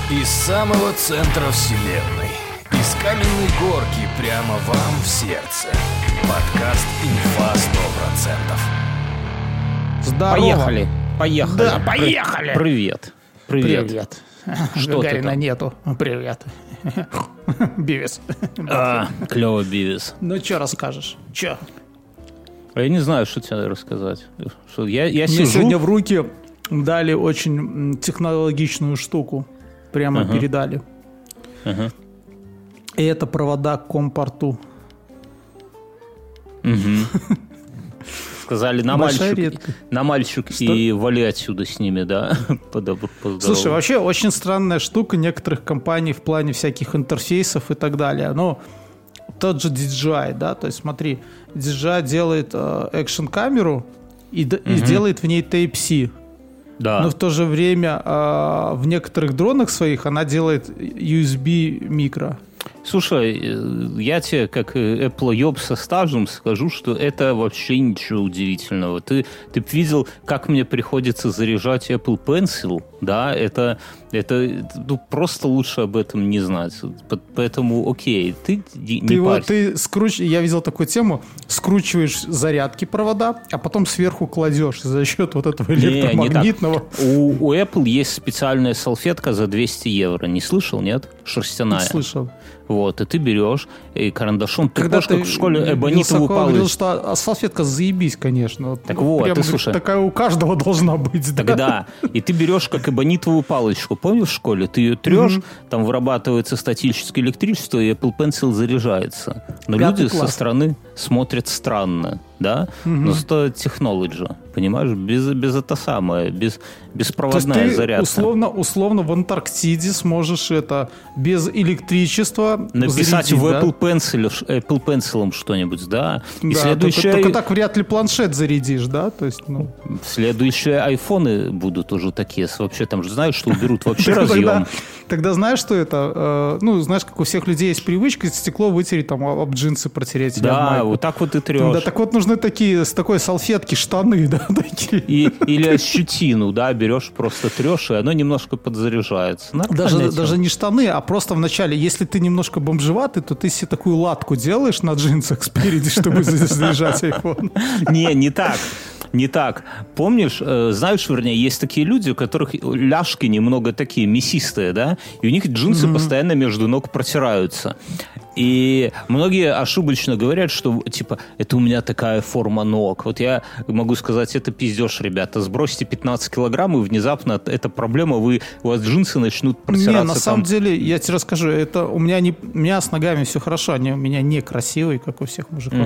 Из самого центра вселенной, из каменной горки прямо вам в сердце. Подкаст «Инфа 100%». Здорово. Поехали. Да, поехали. Привет. Что Гагарина нету. Привет. Бивис. Клёво, Бивис. Ну, что расскажешь? Че? Я не знаю, что тебе рассказать. Я Мне сижу... сегодня в руки дали очень технологичную штуку. Прямо передали. И это провода к компорту. Сказали на мальчик и вали отсюда с ними, да? Слушай, вообще очень странная штука некоторых компаний в плане всяких интерфейсов и так далее. Ну, тот же DJI, да, то есть смотри, DJI делает экшн-камеру и делает в ней Type-C. Да. Но в то же время в некоторых дронах своих она делает USB микро. Слушай, я тебе, как Apple-ёб со стажем, скажу, что это вообще ничего удивительного. Ты б видел, как мне приходится заряжать Apple Pencil, да, это ну, просто лучше об этом не знать. Поэтому, окей, ты не парься. Я видел такую тему, скручиваешь зарядки провода, а потом сверху кладешь за счет вот этого электромагнитного. У Apple есть специальная салфетка за 200 евро. Не слышал, нет? Шерстяная. Не слышал. Вот, и ты берешь и карандашом, ты как в школе эбонитовую палочку. Говорил, что салфетка заебись, конечно. Так вот, прям, ты слушай. Такая у каждого должна быть. Да? Тогда. И ты берешь как эбонитовую палочку. Помнишь в школе? Ты ее трешь, там вырабатывается статическое электричество, и Apple Pencil заряжается. Но люди со стороны смотрят странно, да? Но зато технология, понимаешь? Без это самое, беспроводная зарядка. Условно в Антарктиде сможешь это без электричества написать зарядить, в Apple Pencil что-нибудь, да? И только так вряд ли планшет зарядишь, да? То есть, следующие айфоны будут уже такие. Вообще там же знаешь, что уберут вообще разъем. Тогда знаешь, что это? Знаешь, как у всех людей есть привычка стекло вытереть, там, об джинсы протереть. Да, вот так вот и трешь. Да, так вот нужны такие, с такой салфетки штаны, да, такие. Или щетину, да, берешь, просто трешь, и оно немножко подзаряжается. Даже не штаны, а просто вначале, если ты немножко бомжеватый, то ты себе такую латку делаешь на джинсах спереди, чтобы заряжать iPhone. Не так. Помнишь, знаешь, вернее, есть такие люди, у которых ляжки немного такие мясистые, да, и у них джинсы постоянно между ног протираются. И многие ошибочно говорят, что, типа, это у меня такая форма ног. Вот я могу сказать, это пиздеж, ребята. Сбросьте 15 килограмм, и внезапно эта проблема, у вас джинсы начнут протираться. Не, на самом деле, я тебе расскажу, это у меня с ногами все хорошо, они у меня некрасивые, как у всех мужиков.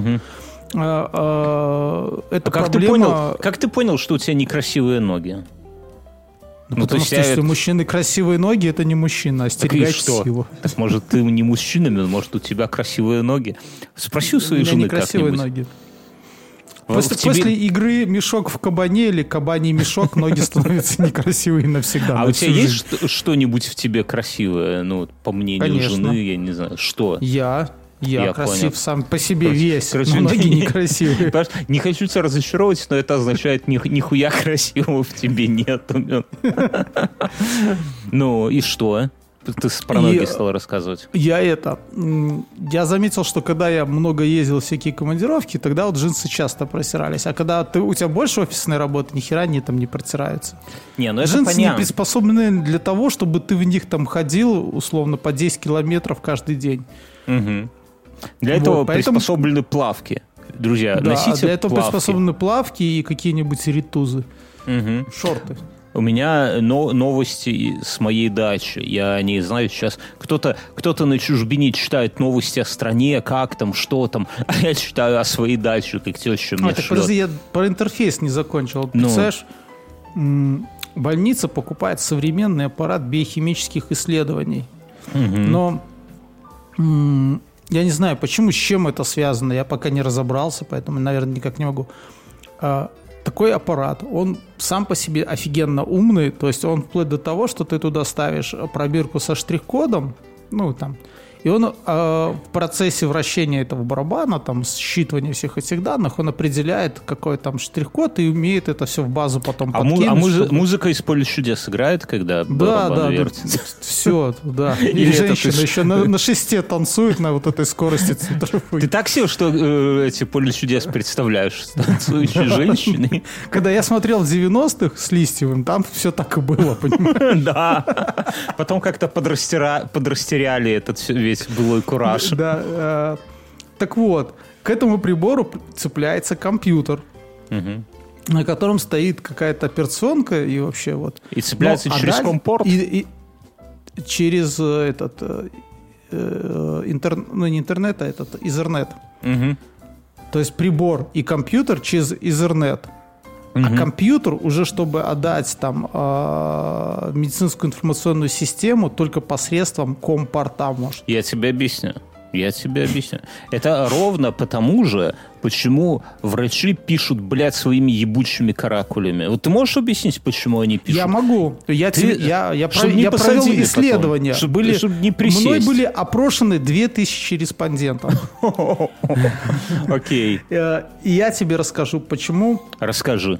Это проблема... Как ты понял, что у тебя некрасивые ноги? Потому что если у мужчины красивые ноги, это не мужчина, остерегайтесь его. Так может, ты не мужчина, может, у тебя красивые ноги? Спроси у своей жены как-нибудь. У меня некрасивые ноги. После игры «Мешок в кабане» или «Кабаний мешок» ноги становятся некрасивые навсегда. А у тебя есть что-нибудь в тебе красивое? По мнению жены, я не знаю, что? Я красив понял. Сам по себе весь, но ноги некрасивые. Не хочу тебя разочаровать, но это означает, нихуя красивого в тебе нет. Ну и что? Ты про ноги стал рассказывать. Я заметил, что когда я много ездил в всякие командировки, тогда вот джинсы часто просирались. А когда у тебя больше офисной работы, ни хера они там не протираются. Джинсы не приспособлены для того, чтобы ты в них там ходил, условно, по 10 километров каждый день. Для этого приспособлены плавки. Друзья, носите плавки. Для этого приспособлены плавки и какие-нибудь ритузы. Шорты. У меня новости с моей дачи. Я не знаю, сейчас кто-то на чужбине читает новости о стране, как там, что там, а я читаю о своей даче, как теща мне шлет. Подожди, я про интерфейс не закончил. Представляешь, больница покупает современный аппарат биохимических исследований. Но я не знаю, почему, с чем это связано, я пока не разобрался, поэтому, наверное, никак не могу. Такой аппарат, он сам по себе офигенно умный, то есть он вплоть до того, что ты туда ставишь пробирку со штрих-кодом, И он в процессе вращения этого барабана, там, считывания всех этих данных, он определяет, какой там штрих-код, и умеет это все в базу потом подкинуть. Музыка из «Поля чудес» играет, когда барабан вертится? Все, да. И женщина еще на шесте танцует на вот этой скорости центрофуги. Ты так себе, что эти «Поле чудес» представляешь? Танцующие женщины? Когда я смотрел в 90-х с Листьевым, там все так и было, понимаешь? Да. Потом как-то подрастеряли этот весь былой кураж. Да. Так вот, к этому прибору цепляется компьютер, на котором стоит какая-то операционка и вообще вот. И цепляется через компорт? Через этот... не интернет, а этот Ethernet. То есть прибор и компьютер через Ethernet. А компьютер уже, чтобы отдать там медицинскую информационную систему, только посредством компорта может. Я тебе объясню. Это ровно потому же, почему врачи пишут, блядь, своими ебучими каракулями. Вот ты можешь объяснить, почему они пишут? Я могу. Я провел исследование. Чтобы не присесть. Мной были опрошены 2000 респондентов. Окей. И я тебе расскажу, почему. Расскажи.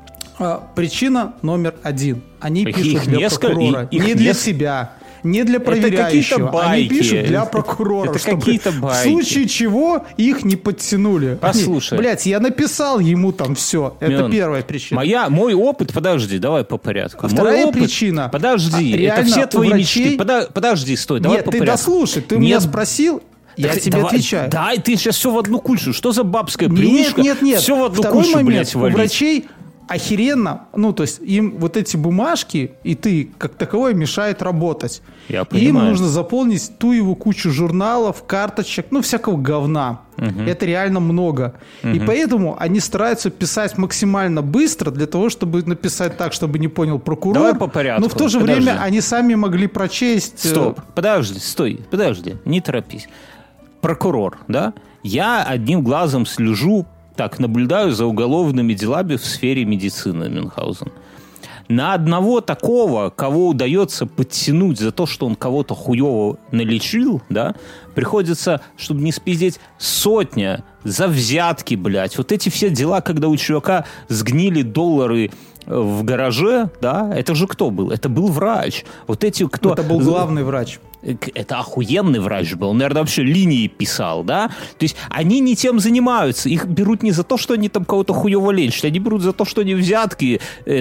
Причина номер 1. Они пишут для прокурора. Не для себя. Не для проверяющего. Они пишут для прокурора. Это какие-то байки. В случае чего их не подтянули. Послушай. Блять, я написал ему там все. Это первая причина. Мой опыт, подожди, давай по порядку. Вторая причина. Подожди, это все твои мечты. Подожди, стой, давай по порядку. Нет, ты дослушай, ты меня спросил, я тебе отвечаю. Да, и ты сейчас все в одну кучу. Что за бабская привычка? Нет. Все в одну Второй кучу, момент, блядь, валить. У врачей охеренно, то есть им вот эти бумажки и ты как таковой мешает работать. Я понимаю. Им нужно заполнить ту его кучу журналов, карточек, всякого говна. Это реально много. И поэтому они стараются писать максимально быстро для того, чтобы написать так, чтобы не понял прокурор. Давай по порядку. Но в то же время они сами могли прочесть... Стоп, подожди, не торопись. Прокурор, да? Я одним глазом слежу, наблюдаю за уголовными делами в сфере медицины, Мюнхгаузен. На одного такого, кого удается подтянуть за то, что он кого-то хуево налечил, да, приходится, чтобы не спиздеть, сотня за взятки, блядь. Вот эти все дела, когда у чувака сгнили доллары в гараже, да, это же кто был? Это был врач. Вот эти, кто... Это был главный врач. Это охуенный врач был. Он, наверное, вообще линии писал, да? То есть они не тем занимаются. Их берут не за то, что они там кого-то хуево лечат. Они берут за то, что они взятки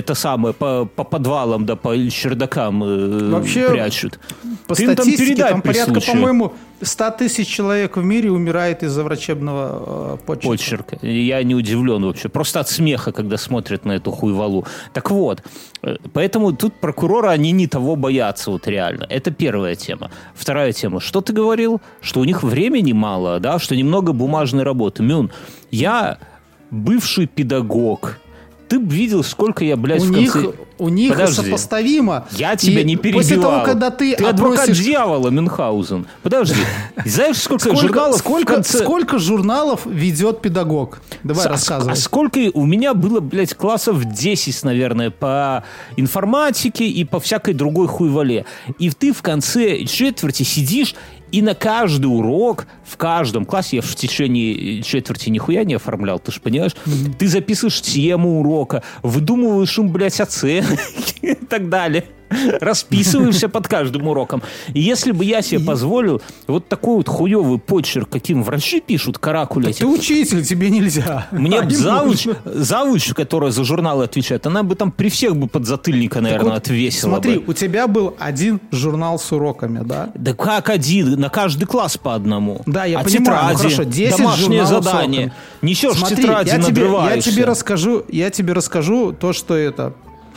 по подвалам, да, по чердакам вообще, прячут. По статистике, там порядка, по-моему, 100 тысяч человек в мире умирает из-за врачебного почерка. Я не удивлен вообще. Просто от смеха, когда смотрят на эту хуйвалу. Так вот, поэтому тут прокуроры, они не того боятся, вот реально. Это первая тема. Вторая тема. Что ты говорил? Что у них времени мало, да? Что немного бумажной работы. Мюн, я бывший педагог. Ты бы видел, сколько я, блядь, У них сопоставимо. Я тебя не перебивал. После того, когда ты адвокат дьявола, Мюнхгаузен. Подожди. Знаешь, сколько журналов... Сколько журналов ведет педагог? Давай рассказывай. А сколько у меня было, блядь, классов 10, наверное, по информатике и по всякой другой хуйвале. И ты в конце четверти сидишь и на каждый урок, в каждом классе, я в течение четверти нихуя не оформлял, ты же понимаешь, ты записываешь тему урока, выдумываешь им, блядь, оценки и так далее. Расписываешься под каждым уроком. И если бы я себе позволил вот такой вот хуёвый почерк, каким врачи пишут, каракули эти... Ты учитель, тебе нельзя. Мне бы завуч, которая за журналы отвечает, она бы там при всех бы подзатыльника, наверное, отвесила. Смотри, у тебя был один журнал с уроками, да? Да как один? На каждый класс по одному. Да, я понимаю. Тетради, хорошо, 10 домашнее задание. Несешь в тетради, надрываешься. Я тебе расскажу то, что это...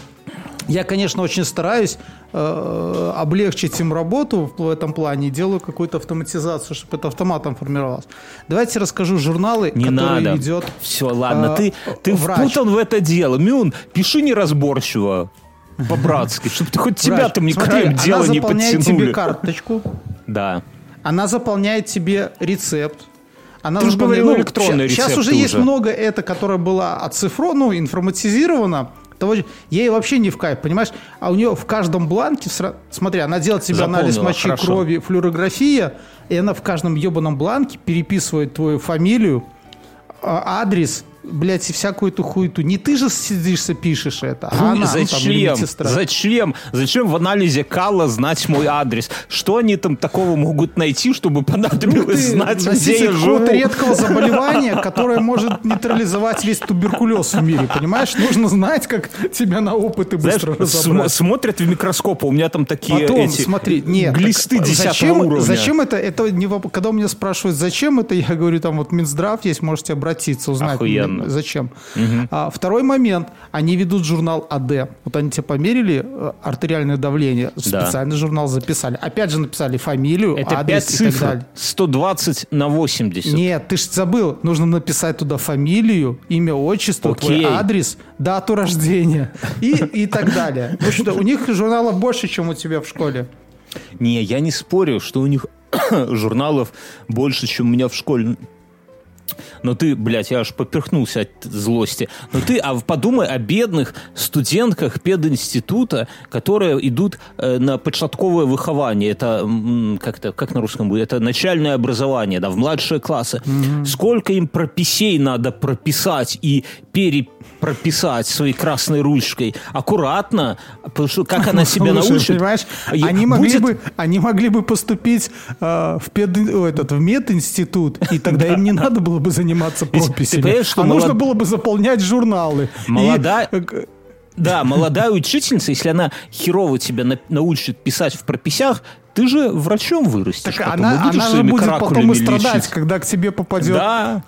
Я, конечно, очень стараюсь облегчить им работу в этом плане и делаю какую-то автоматизацию, чтобы это автоматом формировалось. Давайте расскажу журналы, которые ведет Все, ладно, ты впутан в это дело. Мюн, пиши неразборчиво, по-братски, чтобы ты хоть тебя-то мне краем дела не подтянули. Она заполняет тебе карточку. Да. Она заполняет тебе рецепт. Ты же говорил электронный рецепт. Сейчас уже есть много которое было оцифровано, информатизировано. ей вообще не в кайф, понимаешь? А у нее в каждом бланке, смотри, она делает себе анализ мочи, крови, флюорография, и она в каждом ебаном бланке переписывает твою фамилию, адрес, блядь, и всякую эту хуету. Не ты же сидишься, пишешь это, а она, Зачем? Зачем в анализе Калла знать мой адрес? Что они там такого могут найти, чтобы понадобилось знать, где я живу? Носитель редкого заболевания, которое может нейтрализовать весь туберкулез в мире, понимаешь? Нужно знать, как тебя на опыты быстро разобрать. Смотрят в микроскоп, у меня там такие потом, смотри, глисты 10-го уровня. Зачем это? Это не когда у меня спрашивают, зачем это, я говорю, там вот Минздрав есть, можете обратиться, узнать. Охуенно. Зачем? Второй момент. Они ведут журнал АД. Вот они тебе померили артериальное давление, специальный журнал записали. Опять же написали фамилию, это адрес 5 цифр. И так далее. 120 на 80. Нет, ты же забыл. Нужно написать туда фамилию, имя, отчество, твой адрес, дату рождения и так далее. В общем-то, у них журналов больше, чем у тебя в школе. Не, я не спорю, что у них журналов больше, чем у меня в школе. Но ты, блядь, я аж поперхнулся от злости. Но ты подумай о бедных студентках пединститута, которые идут на початковое выхование. Это, как на русском будет, это начальное образование, да, в младшие классы. Сколько им прописей надо прописать и перепрописать своей красной ручкой. Аккуратно, потому что как она себя научит... Понимаешь, они могли бы поступить в мединститут, и тогда им не надо было бы заниматься прописями. Нужно было бы заполнять журналы. Да, молодая учительница, если она херово тебя научит писать в прописях, ты же врачом вырастешь. Так она же будет потом и страдать, когда к тебе попадет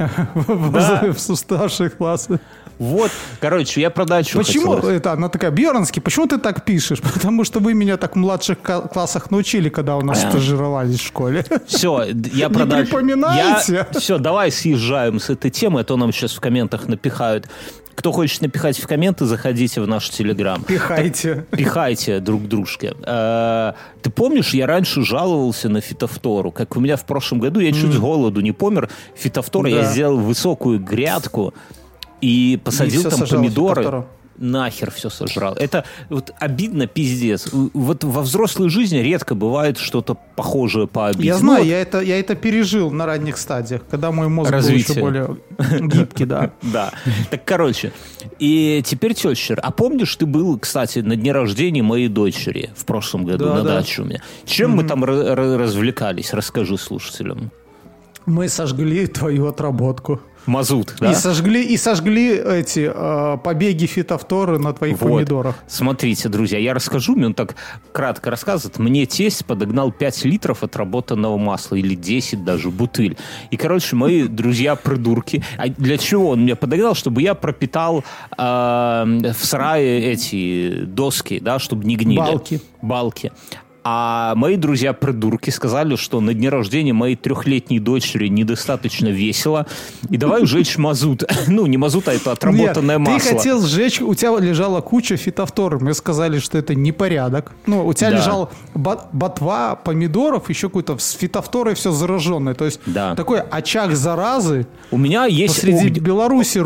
в старшие классы. Вот, короче, я про дачу почему это? Она такая, Бьернский, почему ты так пишешь? Потому что вы меня так в младших классах научили, когда у нас стажировались в школе. Все, я про дачу. Не припоминаете? Все, давай съезжаем с этой темы, а то нам сейчас в комментах напихают. Кто хочет напихать в комменты, заходите в наш Телеграм. Пихайте друг дружке. Ты помнишь, я раньше жаловался на фитофтору. Как у меня в прошлом году, я чуть с голоду не помер. Фитофтора я сделал высокую грядку и посадил там помидоры. Нахер все сожрал. Это вот обидно, пиздец. Вот во взрослой жизни редко бывает что-то похожее по обиде. Я знаю, я это пережил на ранних стадиях, когда мой мозг был еще более гибкий, да. Да. Так, короче, и теперь теща. А помнишь, ты был, кстати, на дне рождения моей дочери в прошлом году на даче у меня. Чем мы там развлекались? Расскажи слушателям. Мы сожгли твою отработку. Мазут, да? И сожгли эти побеги фитофторы на твоих помидорах. Смотрите, друзья, я расскажу, мне он так кратко рассказывает. Мне тесть подогнал 5 литров отработанного масла, или 10 даже, бутыль. И, короче, мои друзья-придурки. А для чего он мне подогнал? Чтобы я пропитал в сарае эти доски, да, чтобы не гнили. Балки. А мои друзья-придурки сказали, что на дне рождения моей 3-летней дочери недостаточно весело, и давай жечь мазут. Ну, не мазут, а это отработанное масло. Ты хотел сжечь, у тебя лежала куча фитофторов, мне сказали, что это непорядок. Ну, у тебя лежал ботва помидоров, еще какой-то с фитофторой все зараженное. То есть такой очаг заразы. У меня есть посреди Беларуси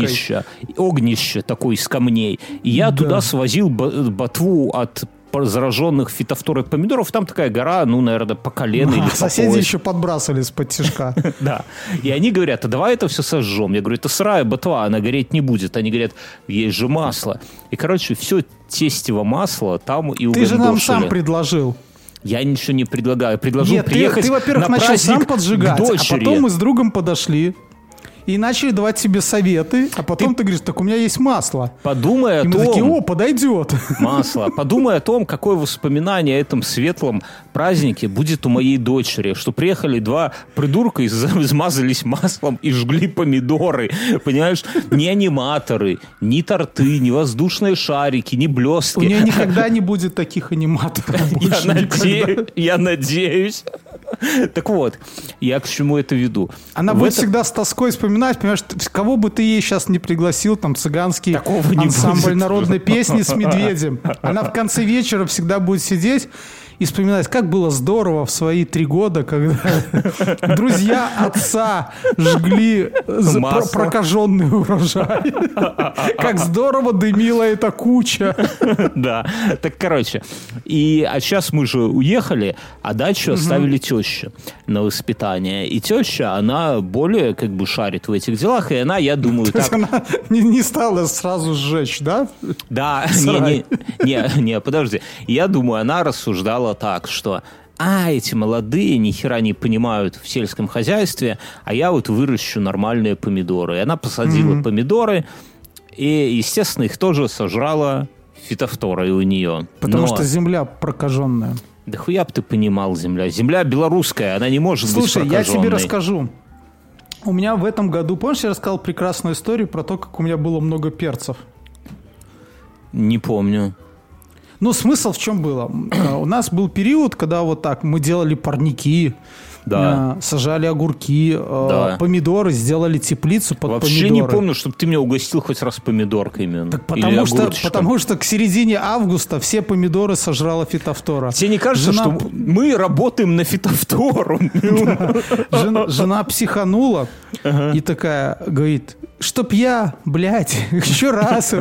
огнище такое из камней. И я туда свозил ботву от зараженных фитофторой помидоров, там такая гора, ну, наверное, по колено или по соседи пояс. еще подбрасывали с-под тишка. Да. И они говорят, а давай это все сожжем. Я говорю, это сырая ботва, она гореть не будет. Они говорят, есть же масло. И, короче, все тестево масло там и угандошили. Ты же нам сам предложил. Я ничего не предлагаю. Предложил приехать ты, во-первых, на начал сам поджигать, а потом мы с другом подошли и начали давать себе советы, а потом ты говоришь, так у меня есть масло. Подумай о том... И мы такие, подойдет. Масло. Подумай о том, какое воспоминание о этом светлом празднике будет у моей дочери, что приехали 2 придурка и измазались маслом и жгли помидоры. Понимаешь? Ни аниматоры, ни торты, ни воздушные шарики, ни блестки. У нее никогда не будет таких аниматоров. Я надеюсь. Так вот, я к чему это веду? Она будет всегда с тоской вспоминать, понимаешь, кого бы ты ей сейчас не пригласил, там, цыганский ансамбль народной песни с медведем. Она в конце вечера всегда будет сидеть и вспоминать, как было здорово в свои 3 года, когда друзья отца жгли прокаженный урожай. Как здорово дымила эта куча. Да, так короче. А сейчас мы же уехали, а дачу оставили теще на воспитание. И теща, она более как бы шарит в этих делах, и она, я думаю, так... То есть она не стала сразу сжечь, да? Да, не, подожди. Я думаю, она рассуждала так, что эти молодые ни хера не понимают в сельском хозяйстве, а я вот выращу нормальные помидоры. И она посадила помидоры, и, естественно, их тоже сожрала фитофтора у нее. Потому что земля прокаженная. Да хуя бы ты понимал, земля. Земля белорусская, она не может быть прокаженной. Слушай, я тебе расскажу. У меня в этом году, помнишь, я рассказал прекрасную историю про то, как у меня было много перцев? Не помню. Ну, смысл в чем было? У нас был период, когда вот так мы делали парники, сажали огурки, помидоры, сделали теплицу под вообще помидоры. Вообще не помню, чтобы ты меня угостил хоть раз помидоркой. Так потому что к середине августа все помидоры сожрала фитофтора. Тебе не кажется, что мы работаем на фитофтору? Жена психанула и такая говорит... Чтоб я, блядь, еще раз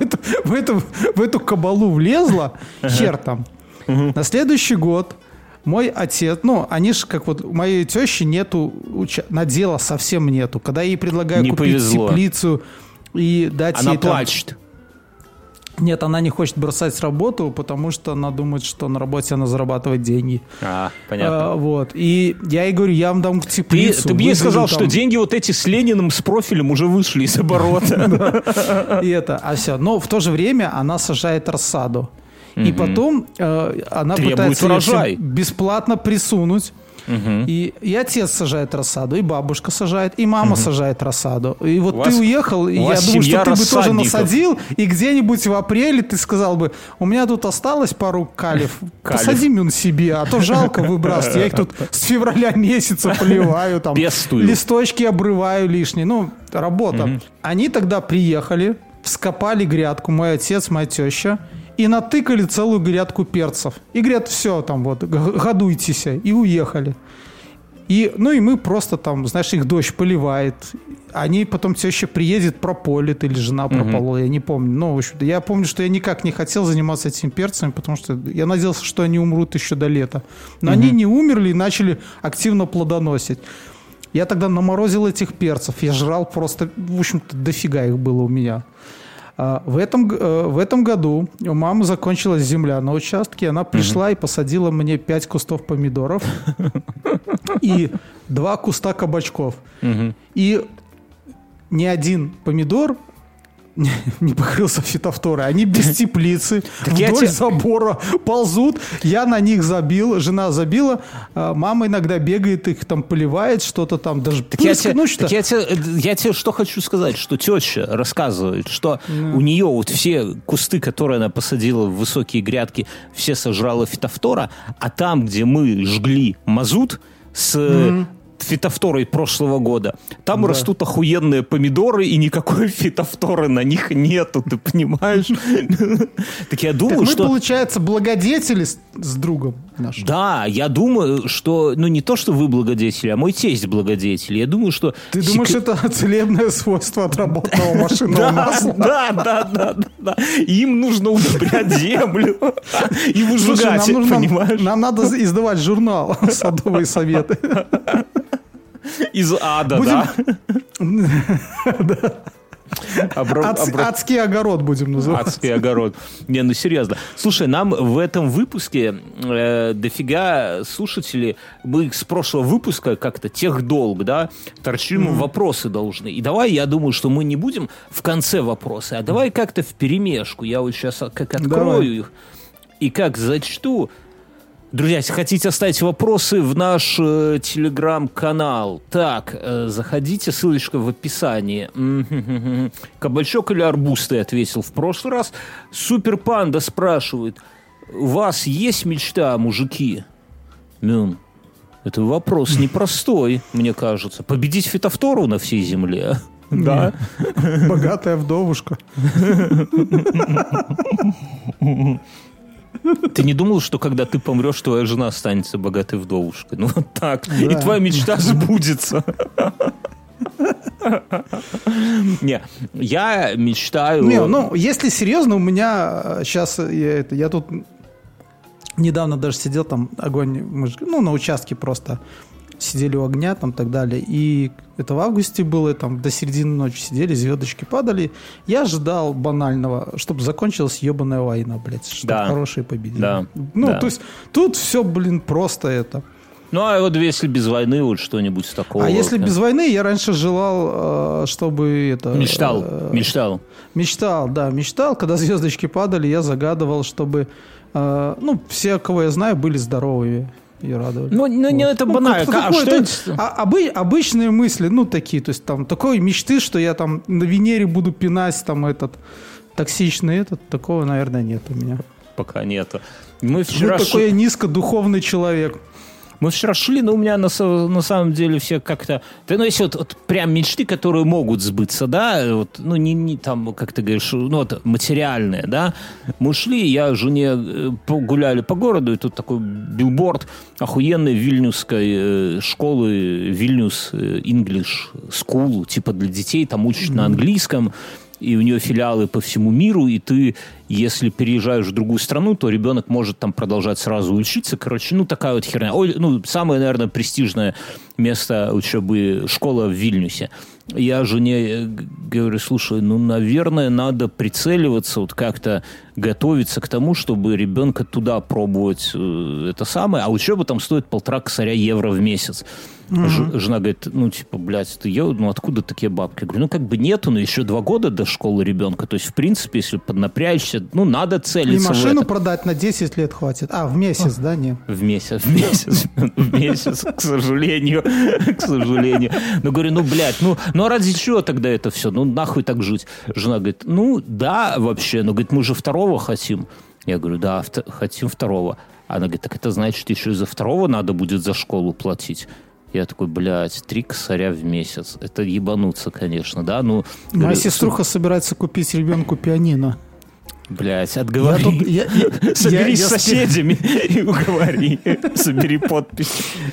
в эту кабалу влезла, хер там. На следующий год мой отец, они же, как вот, у моей тещи нету, надела совсем нету. Когда я ей предлагаю купить теплицу и дать ей... Она плачет. Нет, она не хочет бросать работу, потому что она думает, что на работе она зарабатывает деньги. Понятно. Вот. И я ей говорю, я вам дам теплицу. Ты бы ей сказал, что деньги вот эти с Лениным, с профилем уже вышли из оборота. И все. Но в то же время она сажает рассаду. И потом она пытается бесплатно присунуть. И отец сажает рассаду, и бабушка сажает, и мама сажает рассаду. И вот ты уехал, и я думаю, что ты бы тоже насадил, и где-нибудь в апреле ты сказал бы, у меня тут осталось пару калев, посади мюн себе, а то жалко выбрасывать. Я их тут с февраля месяца поливаю, там, листочки обрываю лишние. Работа. Они тогда приехали, вскопали грядку, мой отец, моя теща, и натыкали целую грядку перцев. И говорят, все, там вот, годуйтесь. И уехали. И мы просто там, знаешь, их дождь поливает. Они потом теща приедет, прополит, или жена прополола, я не помню. В общем-то, я помню, что я никак не хотел заниматься этими перцами, потому что я надеялся, что они умрут еще до лета. Но они не умерли и начали активно плодоносить. Я тогда наморозил этих перцев. Я жрал просто, в общем-то, дофига их было у меня. В этом году у мамы закончилась земля на участке, она пришла и посадила мне 5 кустов помидоров и 2 куста кабачков. И ни один помидор не покрылся фитофторой. Они без теплицы, вдоль забора ползут. Я на них забил, жена забила. Мама иногда бегает, их там поливает, что-то там даже... Я тебе что хочу сказать, что теща рассказывает, что у нее вот все кусты, которые она посадила в высокие грядки, все сожрала фитофтора, а там, где мы жгли мазут с... фитофторой прошлого года. Там растут охуенные помидоры, и никакой фитофторы на них нету, ты понимаешь? Так я думаю, что... мы, получается, благодетели с другом нашим. Да, я думаю, что... не то, что вы благодетели, а мой тесть благодетель. Я думаю, что... Ты думаешь, это целебное свойство отработанного машинного масла? Да. Им нужно удобрять землю и выжигать, понимаешь? Нам надо издавать журнал «Садовые советы». Из ада, да? Адский огород будем называть. Адский огород. Серьезно. Слушай, нам в этом выпуске дофига слушателей, мы с прошлого выпуска как-то техдолг, да, торчим, вопросы должны. И давай, я думаю, что мы не будем в конце вопросы, а давай как-то вперемешку. Я вот сейчас как открою их и как зачту. Друзья, если хотите оставить вопросы в наш телеграм-канал, так, заходите, ссылочка в описании. Кабачок или арбуз, ты ответил в прошлый раз. Супер Панда спрашивает, у вас есть мечта, мужики? Это вопрос непростой, мне кажется. Победить фитофтору на всей земле? Да. Богатая вдовушка. Ты не думал, что когда ты помрешь, твоя жена останется богатой вдовушкой? Ну вот так. Да. И твоя мечта сбудется. Не, я мечтаю... Не, ну, если серьезно, у меня сейчас... Я тут недавно даже сидел, там огонь... Мы же, на участке просто сидели у огня, там, так далее. И это в августе было, там, до середины ночи сидели, звездочки падали. Я ожидал банального, чтобы закончилась ебаная война, блядь. Чтобы хорошие победили. Да. То есть тут все, просто это... Ну, а вот если без войны, вот что-нибудь такого. А если без войны, я раньше желал, чтобы это... Мечтал. Мечтал. Когда звездочки падали, я загадывал, чтобы, все, кого я знаю, были здоровыми и радовали. Не это банально. Обычные мысли, такие, то есть там такой мечты, что я там на Венере буду пинать там токсичный такого, наверное, нет у меня. Пока нету. Такой низкодуховный человек. Мы вчера шли, но у меня на самом деле все как-то... если вот прям мечты, которые могут сбыться, да, не там, как ты говоришь, материальные, да. Мы шли, я жене гуляли по городу, и тут такой билборд охуенной вильнюсской школы, Вильнюс English School, типа для детей, там учат на английском, и у нее филиалы по всему миру, и ты, если переезжаешь в другую страну, то ребенок может там продолжать сразу учиться. Короче, такая вот херня. Самое, наверное, престижное место учебы, школа в Вильнюсе. Я жене говорю, слушай, наверное, надо прицеливаться, вот как-то готовиться к тому, чтобы ребенка туда пробовать это самое, а учеба там стоит 1,5 косаря евро в месяц. Жена говорит, блядь, откуда такие бабки? Я говорю, нету, но еще 2 года до школы ребенка. То есть, в принципе, если поднапрячься, надо целиться. И машину продать на 10 лет хватит. В месяц, да, нет? В месяц, к сожалению. Но говорю, блядь, а ради чего тогда это все? Нахуй так жить? Жена говорит, да, вообще, но, говорит, мы же 2-го хотим. Я говорю, да, хотим 2-го. Она говорит, так это значит, еще и за 2-го надо будет за школу платить. Я такой, блядь, 3 косаря в месяц. Это ебануться, конечно, да? Моя сеструха собирается купить ребенку пианино. Блядь, отговори. Соберись с соседями и уговори. Собери подпись.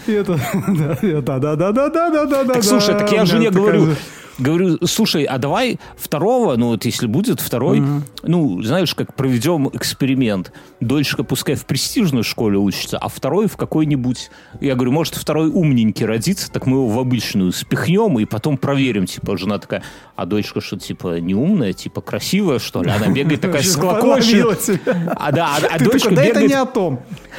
Да. Слушай, так я жене говорю, слушай, а давай 2-го, если будет 2-й, знаешь, как проведем эксперимент. Дочка пускай в престижной школе учится, а 2-й в какой-нибудь... Я говорю, может, 2-й умненький родится, так мы его в обычную спихнем и потом проверим. Жена такая, а дочка что, не умная, красивая, что ли? Она бегает такая склокочет. А дочка бегает... Да это не о том.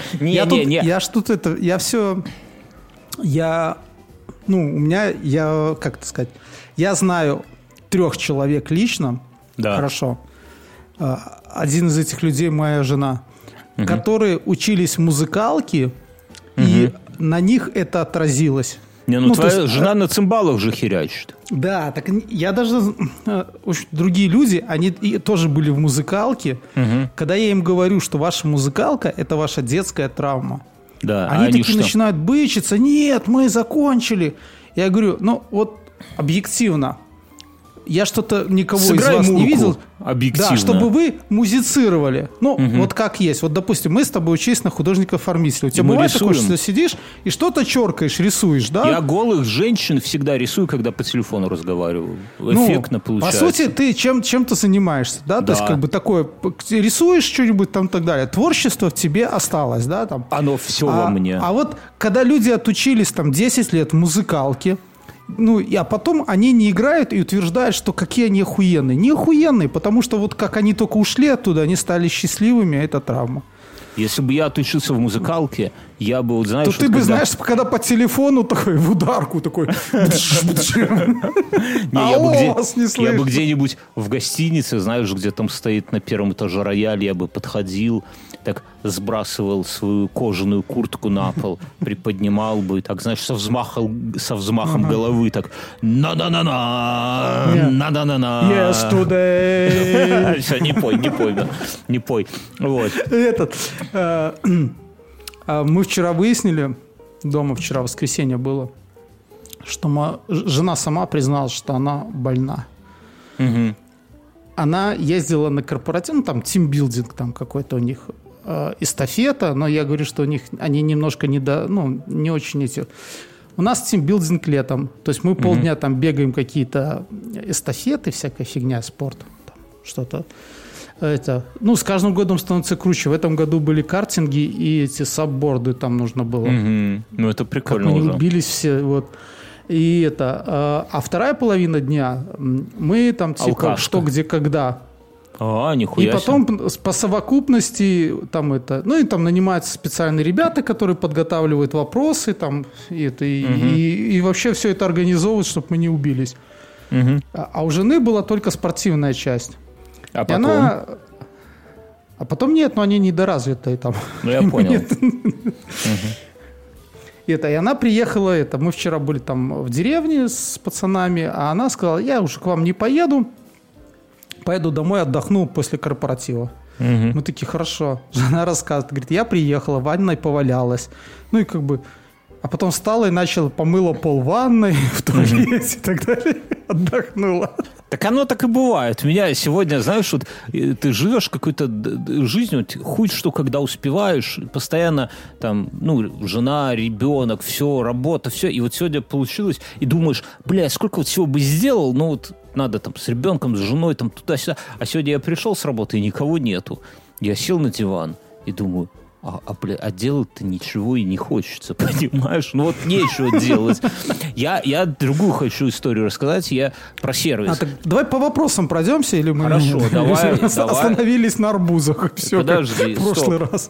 Я знаю 3 человек лично, хорошо. Один из этих людей моя жена, которые учились в музыкалке, и на них это отразилось. Твоя жена на цимбалах же херячит. Да, так я даже... Другие люди, они тоже были в музыкалке. Когда я им говорю, что ваша музыкалка – это ваша детская травма, да, они такие начинают бычиться. Нет, мы закончили. Я говорю, объективно, я что-то никого Сыграй из вас не видел. Объективно. Да, чтобы вы музицировали. Вот как есть. Вот, допустим, мы с тобой учились на художника-оформителя. У тебя бывает такое, что ты сидишь и что-то черкаешь, рисуешь, да? Я голых женщин всегда рисую, когда по телефону разговариваю. Эффектно получается. По сути, ты чем-то занимаешься, да? То есть, такое, рисуешь что-нибудь там и так далее. Творчество в тебе осталось, да? Там. Оно все во мне. А вот, когда люди отучились там 10 лет в музыкалке, а потом они не играют и утверждают, что какие они охуенные. Не охуенные, потому что вот как они только ушли оттуда, они стали счастливыми, а это травма. Если бы я отучился в музыкалке, я бы, знаешь... То ты бы, знаешь, когда по телефону такой, в ударку такой... Я бы где-нибудь в гостинице, знаешь, где там стоит на 1-м этаже рояль, я бы подходил, так сбрасывал свою кожаную куртку на пол, приподнимал бы, так, знаешь, со взмахом головы, так... На-на-на-на! На-на-на-на! Yesterday! Все, не пой. Вот. Мы вчера выяснили, дома вчера воскресенье было, что жена сама призналась, что она больна. Она ездила на корпоратив, там тимбилдинг там какой-то у них эстафета, но я говорю, что у них они немножко не очень эти... У нас тимбилдинг летом, то есть мы полдня там бегаем какие-то эстафеты, всякая фигня, спорт, там, что-то. С каждым годом становится круче. В этом году были картинги и эти сабборды там нужно было. Ну, это прикольно как уже. Мы убились все, вот. И а вторая половина дня мы там типа Алкашка. что, где, когда. Нихуя И потом по совокупности там и там нанимаются специальные ребята, которые подготавливают вопросы там, и вообще все это организовывают, чтобы мы не убились. А у жены была только спортивная часть. А потом? А потом нет, но они недоразвитые там. Ну, я понял. И она приехала, мы вчера были там в деревне с пацанами, а она сказала, я уже к вам не поеду, поеду домой, отдохну после корпоратива. Мы такие, хорошо. Жена рассказывает, говорит, я приехала, в ванной повалялась. А потом встала и помыла пол ванной в туалете и так далее. Отдохнула. Так оно так и бывает. Меня сегодня, знаешь, вот ты живешь какой-то жизнью, хуй что, когда успеваешь, постоянно там, жена, ребенок, все, работа, все. И вот сегодня получилось, и думаешь, сколько вот всего бы сделал, надо там с ребенком, с женой, там туда-сюда. А сегодня я пришел с работы, и никого нету. Я сел на диван и думаю, а делать-то ничего и не хочется, понимаешь? Нечего делать. Я другую хочу историю рассказать, я про сервис. Так давай по вопросам пройдемся, или мы Хорошо, давай. Остановились на арбузах. Все, подожди, в прошлый раз.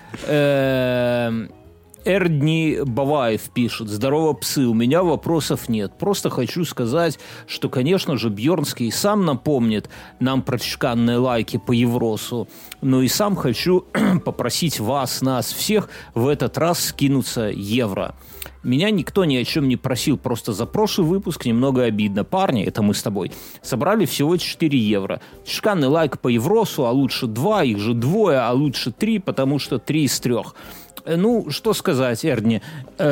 Эрдни Баваев пишет: здорово, псы, у меня вопросов нет. Просто хочу сказать, что, конечно же, Бьернский сам напомнит нам про чеканные лайки по Евросу, но и сам хочу попросить вас, нас всех в этот раз скинуться евро. Меня никто ни о чем не просил, просто за прошлый выпуск немного обидно. Парни, это мы с тобой, собрали всего 4 евро. Чеканный лайк по Евросу, а лучше 2, их же двое, а лучше 3, потому что 3 из 3. Что сказать, Эрдни?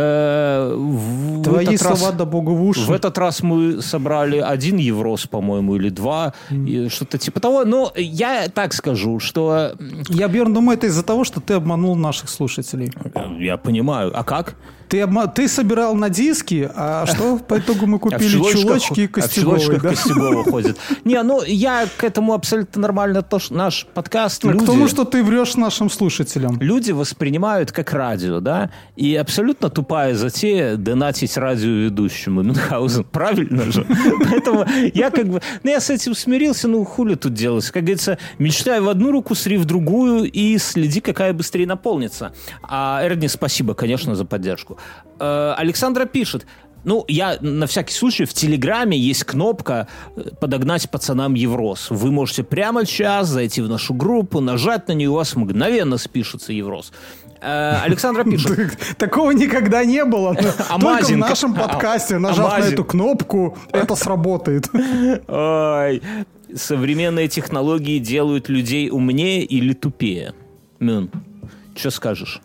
Твои слова да богу в уши. В этот раз мы собрали 1 еврос, по-моему, или 2, что-то типа того. Но я так скажу, что... Я, Бьерн, думаю, это из-за того, что ты обманул наших слушателей. Я понимаю. А как? Ты собирал на диски, а что по итогу мы купили? Чулочки и Костюговой. В чулочках Костюгова ходит. Я к этому абсолютно нормально. Наш подкаст... К тому, что ты врешь нашим слушателям. Люди воспринимают как радио, да? И абсолютно тупая затея донатить радиоведущему Мюнхгаузен. Правильно же? Поэтому я я с этим смирился, хули тут делать? Как говорится, мечтай в одну руку, сри в другую и следи, какая быстрее наполнится. А Эрни, спасибо, конечно, за поддержку. Александра пишет: я на всякий случай в Телеграме есть кнопка «Подогнать пацанам Еврос». Вы можете прямо сейчас зайти в нашу группу, нажать на нее, у вас мгновенно спишется Еврос. Александра пишет: такого никогда не было. Только в нашем подкасте, нажав на эту кнопку, это сработает. Ой, современные технологии делают людей умнее или тупее? Мюн, что скажешь?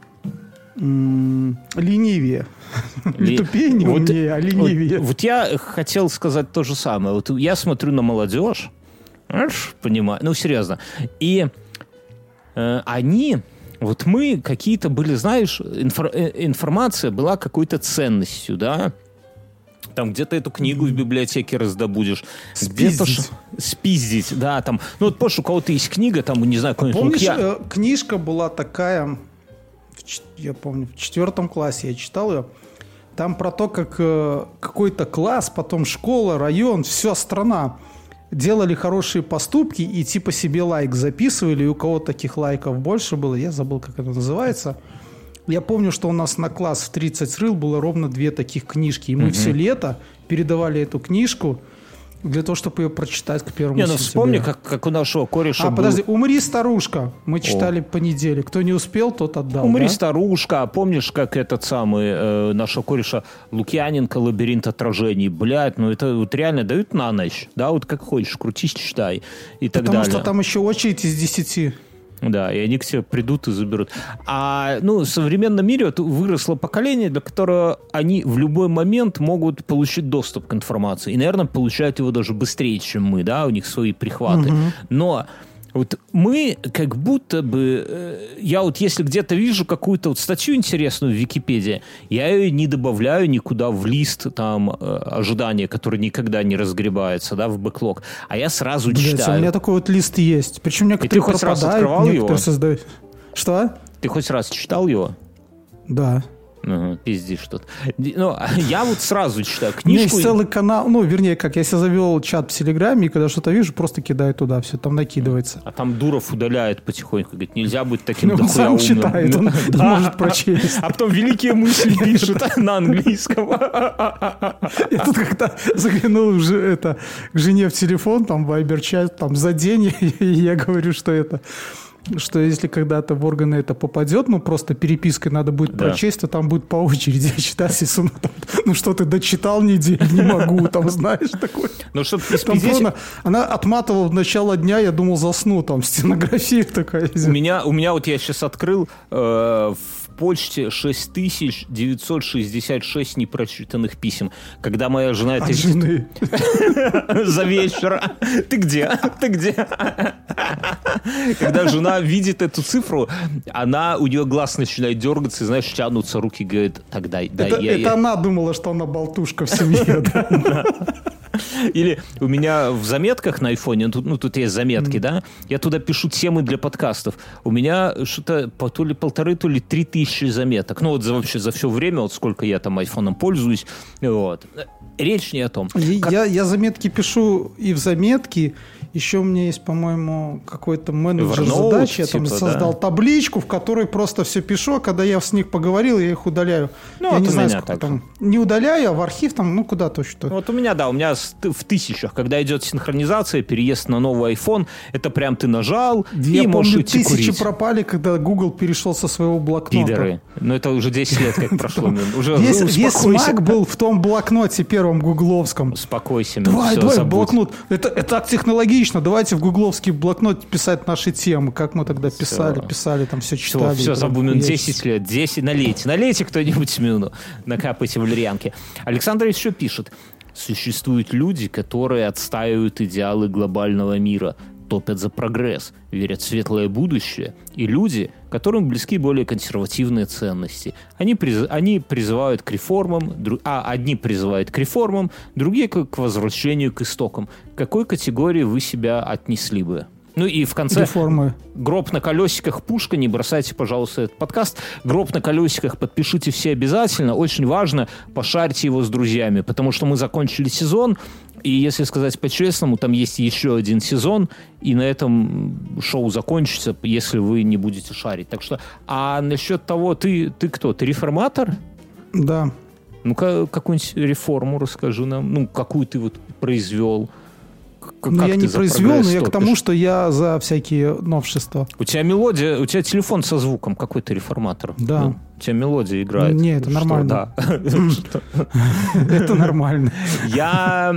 Ленивее. Не тупее, не умнее, а ленивее. Вот я хотел сказать то же самое. Вот я смотрю на молодежь, понимаю, серьезно, и они... мы какие-то были, знаешь, информация была какой-то ценностью, да? Там где-то эту книгу в библиотеке раздобудешь. Спиздить, да, там. Помнишь, у кого-то есть книга, там, не знаю, какой-нибудь... Помнишь, книжка была такая... Я помню, в 4 классе я читал ее. Там про то, как какой-то класс, потом школа, район, вся страна делали хорошие поступки и типа себе лайк записывали. И у кого таких лайков больше было, я забыл, как это называется. Я помню, что у нас на класс в 30 рыл было ровно 2 таких книжки. И мы все лето передавали эту книжку для того, чтобы ее прочитать к 1 сентября. Вспомни, как у нашего кореша был... подожди, «Умри, старушка». Мы читали по неделе. Кто не успел, тот отдал. «Умри, старушка». А помнишь, как этот самый нашего кореша Лукьяненко «Лабиринт отражений». Это вот реально дают на ночь. Да, вот как хочешь, крутись, читай. И так далее. Потому что там еще очередь из 10. Да, и они к тебе придут и заберут. А в современном мире выросло поколение, для которого они в любой момент могут получить доступ к информации. И, наверное, получают его даже быстрее, чем мы, да, у них свои прихваты. Но Вот мы как будто бы... Я вот если где-то вижу какую-то вот статью интересную в Википедии, я ее не добавляю никуда в лист там ожидания, который никогда не разгребается, да, в бэклог, а я сразу читаю. У меня такой вот лист есть. Причем некоторые пропадают, хоть раз открывал некоторые его? создают. Что? Ты хоть раз читал его? Да. Пиздишь что-то. Ну, я вот сразу читаю книжку. У меня есть целый канал, вернее, как я себе завел чат в Телеграме, и когда что-то вижу, просто кидаю туда, все там накидывается. А там Дуров удаляет потихоньку, говорит, нельзя быть таким он дохуя сам умным. читает, он может прочесть. А потом великие мысли пишет на английском. Я тут как-то заглянул уже к жене в телефон, там вайбер-чат, там за день, и я говорю, что если когда-то в органы это попадет, просто перепиской надо будет прочесть, то там будет по очереди читать, если что ты дочитал неделю, не могу, там, знаешь, такое. Ну, чтобы она отматывала в начало дня, я думал, засну, там, стенография такая. У меня вот я сейчас открыл в почте 6966 непрочитанных писем. Когда моя жена... От жены. За вечер. Ты где? Когда жена видит эту цифру, у нее глаз начинает дергаться, и, знаешь, тянутся руки, говорит, так дай. Это она думала, что она болтушка в семье, да? Или у меня в заметках на айфоне, тут есть заметки, да, я туда пишу темы для подкастов. У меня что-то то ли 1500, то ли 3000 заметок. Вообще за все время, вот сколько я там айфоном пользуюсь, вот. Речь не о том. Я заметки пишу и в заметки. Еще у меня есть, по-моему, какой-то менеджер задач. Я там создал табличку, в которой просто все пишу, а когда я с них поговорил, я их удаляю. Я не знаю, сколько там. Не удаляю, а в архив там, куда-то что-то. Вот у меня в тысячах. Когда идет синхронизация, переезд на новый iPhone, это прям ты нажал, и можешь идти курить. 1000 пропали, когда Google перешел со своего блокнота. Пидоры. Это уже 10 лет как прошло. Весь смак был в том блокноте первом гугловском. Успокойся. Давай, блокнот. Это так технологично. Давайте в гугловский блокнот писать наши темы. Как мы тогда писали, там все читали. Все, забудем 10 лет. 10, налейте кто-нибудь мину. Накапайте валерьянки. Александр еще пишет. Существуют люди, которые отстаивают идеалы глобального мира, топят за прогресс, верят в светлое будущее, и люди, которым близки более консервативные ценности. Они призывают к реформам, одни призывают к реформам, другие к возвращению к истокам. К какой категории вы себя отнесли бы? И в конце реформы. Гроб на колесиках пушка, не бросайте, пожалуйста, этот подкаст. Гроб на колесиках подпишите все обязательно. Очень важно, пошарьте его с друзьями, потому что мы закончили сезон, и если сказать по-честному, там есть еще один сезон, и на этом шоу закончится, если вы не будете шарить. Так что, а насчет того, ты кто? Ты реформатор? Да. Ну-ка, какую-нибудь реформу расскажи нам. Какую ты вот произвел? Я не произвел, но я к тому, что я за всякие новшества. У тебя мелодия, у тебя телефон со звуком, какой ты реформатор. Да. У тебя мелодия играет. Не, это нормально. Это нормально. Я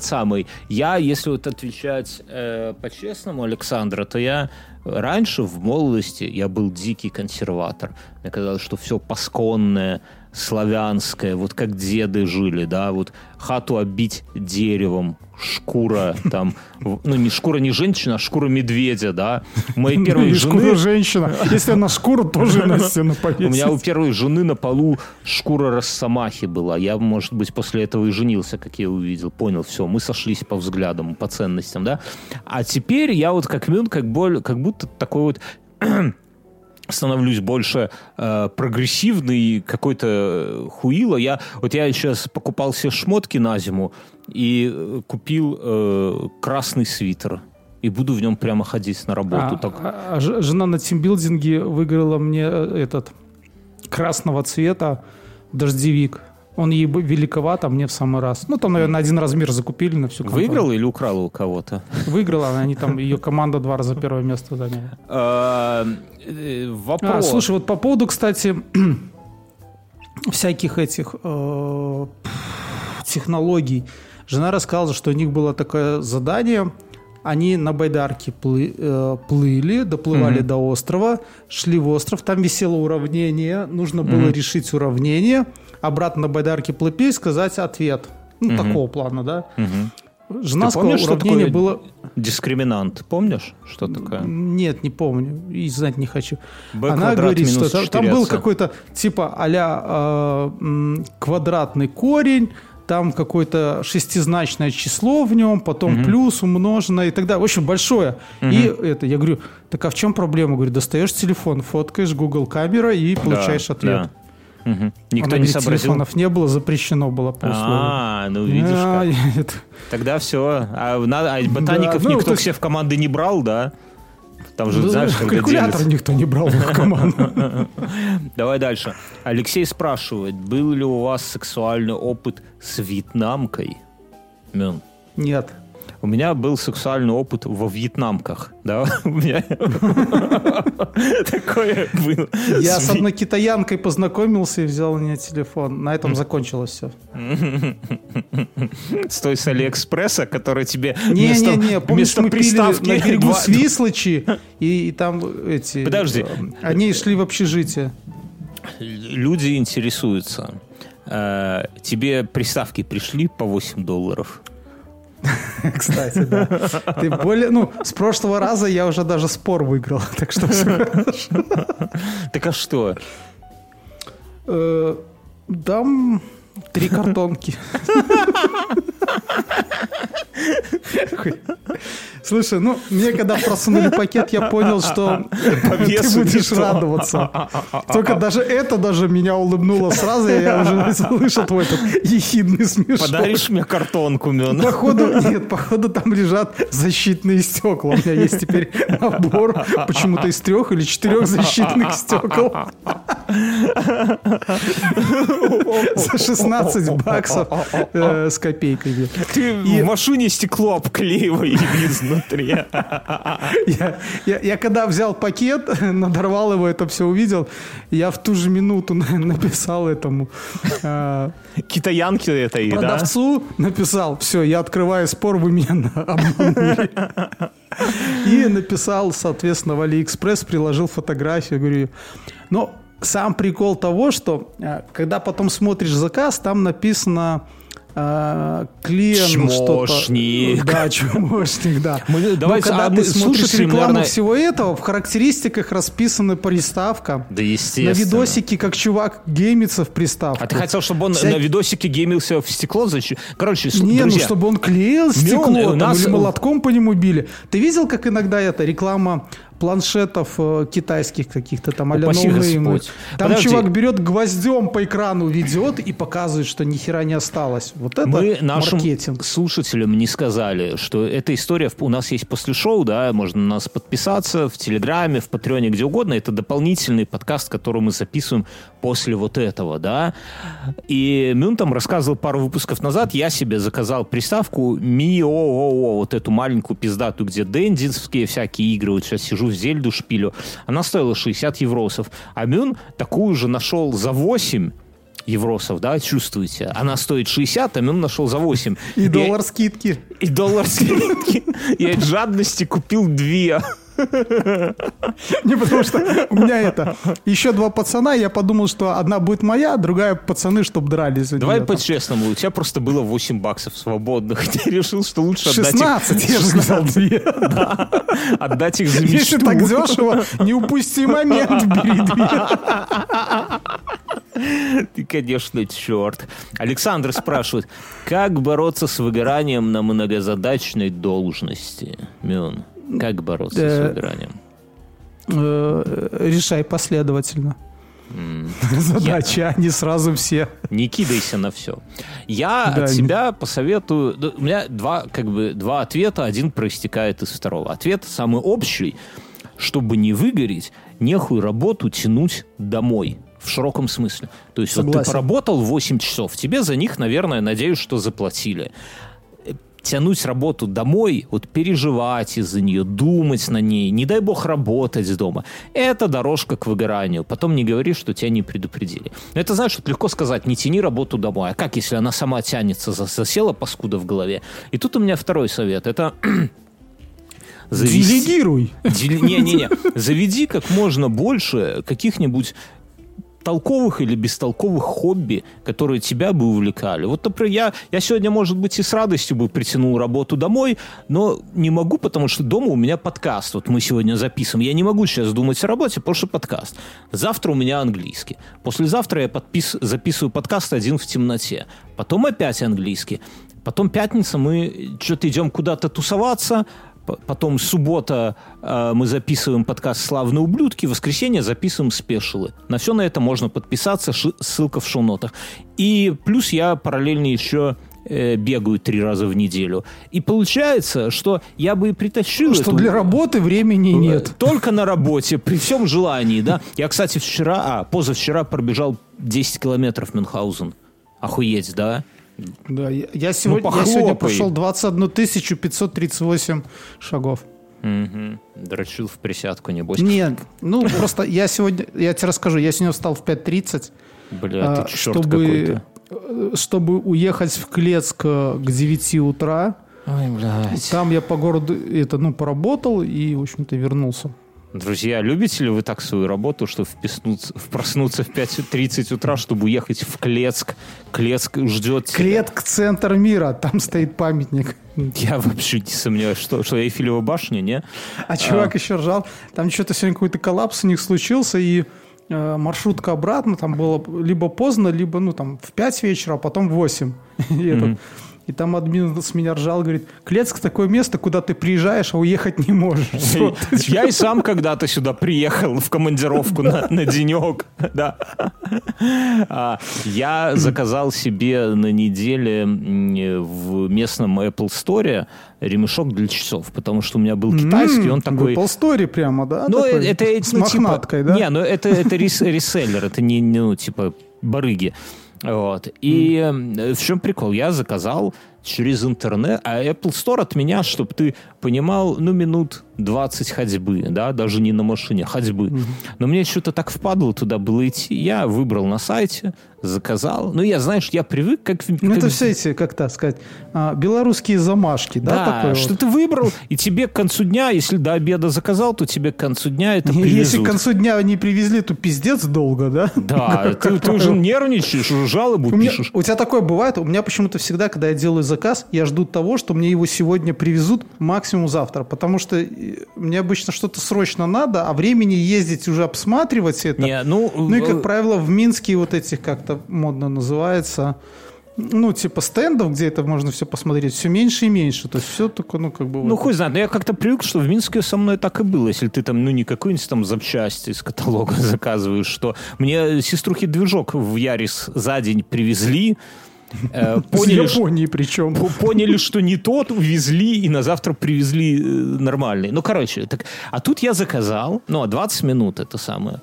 если вот отвечать по-честному, Александра, то я раньше в молодости я был дикий консерватор. Мне казалось, что все пасконное, славянское, вот как деды жили, да, вот хату оббить деревом, шкура там, не шкура не женщина, а шкура медведя, да. У моей первой жены... Шкура женщина. Если она шкуру, тоже на стену повесить. У меня у первой жены на полу шкура росомахи была. Я, может быть, после этого и женился, как я увидел. Понял, все, мы сошлись по взглядам, по ценностям, да. А теперь я вот как будто такой вот... становлюсь больше прогрессивный, какой-то хуило. Я сейчас покупал себе шмотки на зиму и купил красный свитер. И буду в нем прямо ходить на работу. Жена на тимбилдинге выиграла мне этот красного цвета дождевик. Он ей великоват, а мне в самый раз. Там, наверное, один размер закупили на всю компанию. Выиграла или украла у кого-то? Выиграла. Ее команда 2 раза первое место заняла. Вопрос. Слушай, вот по поводу, кстати, всяких этих технологий. Жена рассказала, что у них было такое задание. Они на байдарке плыли, доплывали до острова, шли в остров. Там висело уравнение. Нужно было решить уравнение. Обратно на байдарке плыпи и сказать ответ. Такого плана, да? Жена сказала, уравнение было... Дискриминант. Помнишь, что такое? Нет, не помню. И знать не хочу. B Она говорит, что 4AC. там был какой-то типа а-ля квадратный корень, там какое-то шестизначное число в нем, потом плюс умноженное и так далее. В общем, большое. И это, я говорю, так а в чем проблема? Говорю, достаешь телефон, фоткаешь, Google камера и получаешь ответ. Да. Никто Она не говорит, сообразил. телефонов не было, запрещено было по условию. Ну видишь как. Тогда все. А ботаников Да, ну, никто то к себе в команды не брал, да? Там же, знаешь, когда калькулятор делится. никто не брал в команду. Давай дальше. Алексей спрашивает, был ли у вас сексуальный опыт с вьетнамкой? Мюн. Нет. У меня был сексуальный опыт во вьетнамках. Да? У меня такое было. Я с одной китаянкой познакомился и взял у нее телефон. На этом закончилось все. С той с Алиэкспресса, которая тебе Не-не-не, помнишь, мы пили приставки на берегу Свислочи, и там эти... Подожди. Они шли в общежитие. Люди интересуются. Тебе приставки пришли по $8? Кстати, да. Ты с прошлого раза я уже даже спор выиграл, так что все хорошо. Так а что? Там 3 картонки. Слушай, мне когда просунули пакет, я понял, что ты будешь радоваться. Только даже меня улыбнуло сразу, и я уже слышал твой этот ехидный смешок. Подаришь мне картонку, Мён? Походу там лежат защитные стекла. У меня есть теперь набор почему-то из 3 или 4 защитных стекол. За $16 с копейками. Ты в машине стекло обклеивай изнутри. Я когда взял пакет, надорвал его, это все увидел, я в ту же минуту написал этому китаянке этой, продавцу, написал, все, я открываю спор, вы меня обманули. И написал, соответственно, в Алиэкспресс, приложил фотографию, говорю, сам прикол того, что когда потом смотришь заказ, там написано клиент чмошник. Да, чмошник, да. Давайте, когда ты смотришь рекламу наверное... всего этого, в характеристиках расписана приставка. Да, естественно. На видосике, как чувак геймится в приставку. А ты хотел, чтобы он на видосике геймился в стекло? Короче, не, друзья, чтобы он клеил стекло, или молотком по нему били. Ты видел, как иногда это реклама планшетов китайских каких-то там а-ля ноунеймы. Там чувак берет гвоздем по экрану, ведет и показывает, что ни хера не осталось. Вот это мы нашим маркетинг. Слушателям не сказали, что эта история у нас есть после шоу, да, можно на нас подписаться в Телеграме, в Патреоне, где угодно. Это дополнительный подкаст, который мы записываем после вот этого, да. И Мюн там рассказывал пару выпусков назад, я себе заказал приставку Ми-О-О-О, вот эту маленькую пиздатую, где дендинские всякие игры, вот сейчас сижу в Зельду шпилю. Она стоила 60 евросов. А Мюн такую же нашел за 8 евросов, да, чувствуете? Она стоит 60, а Мюн нашел за 8. И доллар скидки. И доллар скидки. Я от жадности купил 2. Не, потому что у меня еще 2 пацана, я подумал, что одна будет моя, другая пацаны, чтобы дрались. Давай по-честному, у тебя просто было $8 свободных. Ты решил, что лучше отдать 16, я же сказал 2. Да. Отдать их за мечту. Если так дешево, не упусти момент, бери 2. Ты, конечно, черт. Александр спрашивает, как бороться с выгоранием на многозадачной должности? Мюн, как бороться с выгоранием? Решай последовательно. Задачи, а не сразу все. Не кидайся на все. Я от себя посоветую... У меня два ответа, один проистекает из второго. Ответ самый общий. Чтобы не выгореть, нехуй работу тянуть домой. В широком смысле. То есть вот ты поработал 8 часов, тебе за них, наверное, надеюсь, что заплатили. Тянуть работу домой, вот переживать из-за нее, думать на ней, не дай бог работать дома, это дорожка к выгоранию. Потом не говори, что тебя не предупредили. Но это, знаешь, вот легко сказать, не тяни работу домой. А как, если она сама тянется, засела паскуда в голове? И тут у меня второй совет. Это... Делегируй. Не-не-не. Заведи как можно больше каких-нибудь толковых или бестолковых хобби, которые тебя бы увлекали. Вот, например, я сегодня, может быть, и с радостью бы притянул работу домой, но не могу, потому что дома у меня подкаст. Вот мы сегодня записываем. Я не могу сейчас думать о работе, потому что подкаст. Завтра у меня английский. Послезавтра я записываю подкаст «Один в темноте». Потом опять английский. Потом пятница, мы что-то идем куда-то тусоваться. Потом суббота мы записываем подкаст «Славные ублюдки», в воскресенье записываем спешилы. На все на это можно подписаться, ссылка в шоу-нотах. И плюс я параллельно еще бегаю 3 раза в неделю. И получается, что я бы и притащил... Что для работы времени нет. Только на работе, при всем желании, да. Я, кстати, позавчера пробежал 10 километров Мюнхгаузен. Охуеть, да? Да, я сегодня прошел 21 538 шагов. Угу. Дрочил в присядку, небось. Нет, просто я тебе расскажу, я сегодня встал в 5:30. Бля, ты черт какой-то. Чтобы уехать в Клецк к 9 утра. Ой, блядь. Там я по городу поработал и, в общем-то, вернулся. Друзья, любите ли вы так свою работу, что проснуться в 5:30 утра, чтобы уехать в Клецк? Клецк ждет тебя. Клецк — центр мира, там стоит памятник. Я вообще не сомневаюсь, что Эйфелева башня, не? А чувак еще ржал, там что-то сегодня какой-то коллапс у них случился, и маршрутка обратно, там было либо поздно, либо в 5 вечера, а потом в 8. И там админ с меня ржал, говорит: Клецк — такое место, куда ты приезжаешь, а уехать не можешь. Я и сам когда-то сюда приехал в командировку на денек. Да. Я заказал себе на неделе в местном Apple Store ремешок для часов, потому что у меня был китайский, он такой... В Apple Store прямо, да? Ну, это с мохнаткой, да? Не, это реселлер, это не типа барыги. Вот. И в чем прикол? Я заказал через интернет, а Apple Store от меня, чтобы ты понимал, минут 20 ходьбы, да, даже не на машине, ходьбы. Но мне что-то так впадло туда было идти. Я выбрал на сайте, заказал. Я привык, как... Это все эти, как так сказать, белорусские замашки, да? Да, что ты выбрал, и тебе к концу дня, если до обеда заказал, то тебе к концу дня это привезут. Если к концу дня не привезли, то пиздец долго, да? Да, ты уже нервничаешь, уже жалобу пишешь. У тебя такое бывает? У меня почему-то всегда, когда я делаю заказ, я жду того, что мне его сегодня привезут, максимум завтра, потому что мне обычно что-то срочно надо, а времени ездить уже обсматривать это. И, как правило, в Минске вот этих, как-то модно называется, типа стендов, где это можно все посмотреть, все меньше и меньше. То есть все только, хуй знает. Но я как-то привык, что в Минске со мной так и было. Если ты там, не какую-нибудь там запчасть из каталога заказываешь, что мне сеструхи движок в Ярис за день привезли, Поняли, из Японии причем. Поняли, что не тот, увезли и на завтра привезли нормальный. А тут я заказал, 20 минут это самое.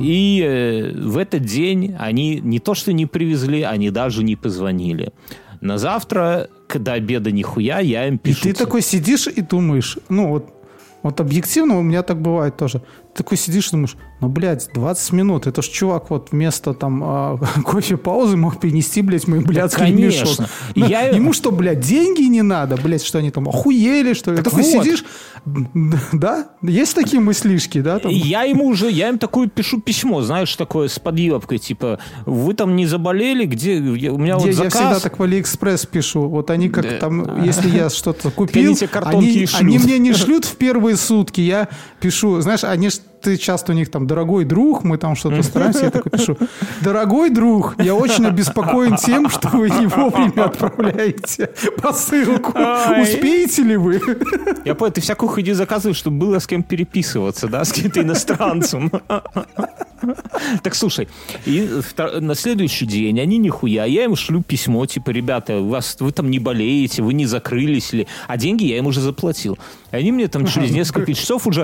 И в этот день они не то что не привезли, они даже не позвонили. На завтра, до обеда нихуя, я им пишу. И ты такой сидишь и думаешь, вот объективно у меня так бывает тоже. Ты такой сидишь и думаешь, 20 минут, это ж чувак вместо кофе-паузы мог принести, мои блядский мешок. Ему что, деньги не надо? Что они там, охуели, что ли? Ты такой сидишь, да? Есть такие мыслишки, да? Я им такое пишу письмо, знаешь, такое с подъебкой, типа, вы там не заболели, где у меня заказ? Я всегда так в Алиэкспресс пишу, они как там, если я что-то купил, они мне не шлют в первые сутки, я пишу, знаешь, ты часто у них там: дорогой друг, мы там что-то стараемся, я такой пишу: дорогой друг, я очень обеспокоен тем, что вы не вовремя отправляете посылку. Успеете ли вы? Я понял, ты всякую хуйню заказываешь, чтобы было с кем переписываться, да, с каким-то иностранцем. Так, слушай, и на следующий день они нихуя, я им шлю письмо, типа: ребята, вы там не болеете, вы не закрылись ли, а деньги я им уже заплатил. И они мне там через несколько часов уже,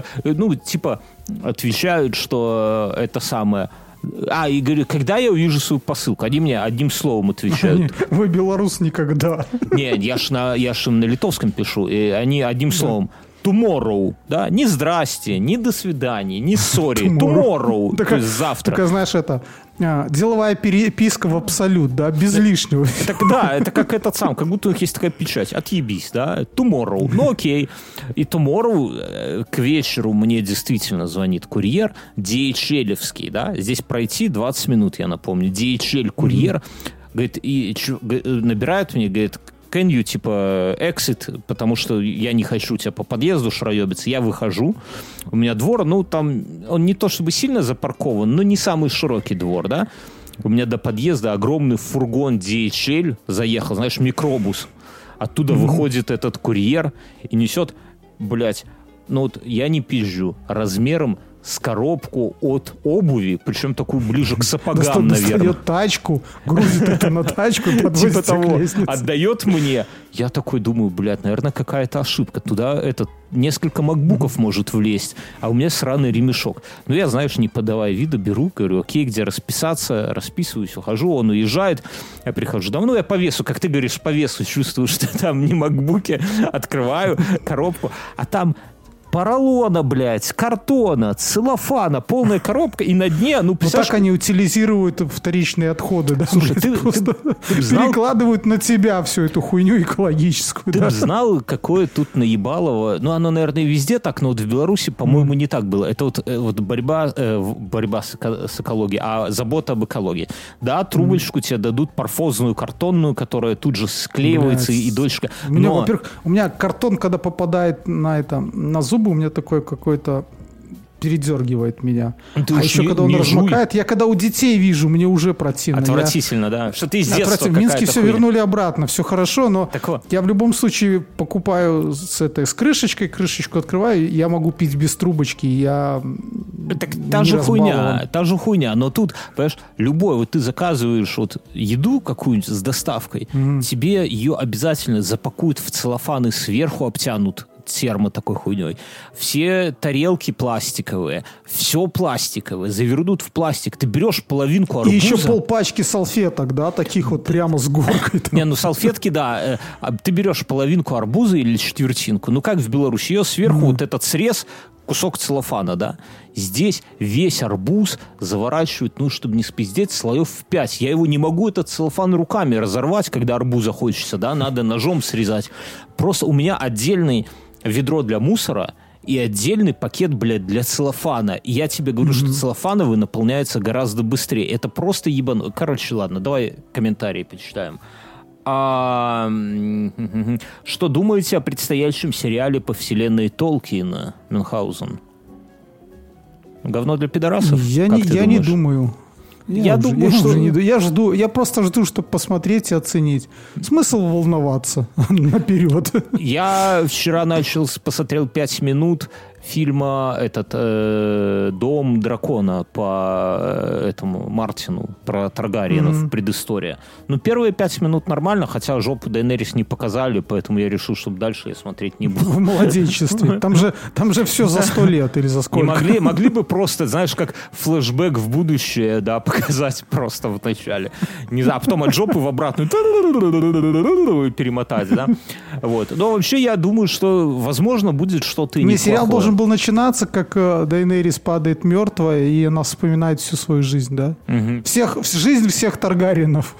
отвечают, что это самое... и говорю, когда я увижу свою посылку? Они мне одним словом отвечают. Вы белорус никогда. Нет, я ж на литовском пишу, и они одним словом: tomorrow, да, не здрасте, не до свидания, не sorry, tomorrow, то есть завтра. Только, знаешь, это деловая переписка в абсолют, да, без лишнего. Так да, это как этот сам, как будто у них есть такая печать, отъебись, да, tomorrow, ну окей. И tomorrow к вечеру мне действительно звонит курьер, DHL-евский, да, здесь пройти 20 минут, я напомню, DHL-курьер, говорит, набирает мне, говорит, can you, типа, exit, потому что я не хочу тебя по подъезду шароебиться, я выхожу, у меня двор, ну, там, он не то чтобы сильно запаркован, но не самый широкий двор, да, у меня до подъезда огромный фургон DHL заехал, знаешь, микробус, оттуда выходит этот курьер и несет, блядь, ну, вот я не пизжу, размером с коробку от обуви, причем такую ближе к сапогам, наверное. Достает тачку, грузит это на тачку, подвозит к лестнице. Отдает мне. Я такой думаю, блядь, наверное, какая-то ошибка. Туда несколько макбуков может влезть, а у меня сраный ремешок. Ну, я, знаешь, не подавая вида, беру, говорю, окей, где расписаться, расписываюсь, ухожу, он уезжает, я прихожу домой, ну, я по весу, как ты говоришь, по весу чувствую, что там не макбуки, открываю коробку, а там поролона, блядь, картона, целлофана, полная коробка, и на дне, ну, вот так они утилизируют вторичные отходы, да? Слушай, ты знал, перекладывают на тебя всю эту хуйню экологическую. Ты знал, какое тут наебалово? Ну, оно, наверное, везде так, но вот в Беларуси, по-моему, не так было. Это вот борьба с экологией, а забота об экологии. Да, трубочку тебе дадут парфозную картонную, которая тут же склеивается и дольше... Во-первых, у меня картон, когда попадает на зубы, у меня такое какое-то передергивает меня. Ты еще когда он размокает, я когда у детей вижу, мне уже противно. Отвратительно, да. Что ты из детства в Минске все вернули обратно, все хорошо, но я в любом случае покупаю с крышечкой, крышечку открываю, я могу пить без трубочки, я так, та же хуйня, но тут, понимаешь, любой, вот ты заказываешь вот еду какую-нибудь с доставкой, тебе ее обязательно запакуют в целлофан и сверху обтянут термо такой хуйней. Все тарелки пластиковые, все пластиковое, завернут в пластик. Ты берешь половинку арбуза. И еще полпачки салфеток, да, таких вот прямо с горкой. Не, ну салфетки, да. Ты берешь половинку арбуза или четвертинку, ну как в Беларуси, ее сверху вот этот срез, кусок целлофана, да. Здесь весь арбуз заворачивают, ну, чтобы не спиздеть, слоев в 5. Я его не могу, этот целлофан, руками разорвать, когда арбуза хочется, да, надо ножом срезать. Просто у меня отдельный ведро для мусора и отдельный пакет, блядь, для целлофана. И я тебе говорю, что целлофановый наполняется гораздо быстрее. Это просто ебану. Короче, ладно, давай комментарии почитаем. Что думаете о предстоящем сериале по вселенной Толкиена, Мюнхгаузен? Говно для пидорасов? Я не думаю. Я жду, я просто жду, чтобы посмотреть и оценить. Смысл волноваться наперед. Я вчера посмотрел 5 минут фильма «Дом дракона» по этому Мартину, про Таргариенов, предыстория. Ну, первые 5 минут нормально, хотя жопу Дейенерис не показали, поэтому я решил, что дальше я смотреть не буду. В младенчестве. Там же все за 100 лет или за сколько. Могли бы просто, знаешь, как флешбэк в будущее, да, показать просто в начале. Не знаю, а потом от жопы в обратную перемотать, да. Вот. Но вообще я думаю, что, возможно, будет что-то неплохое. Сериал должен был начинаться, как Дейенерис падает мертвая, и она вспоминает всю свою жизнь, да? Жизнь всех Таргариенов.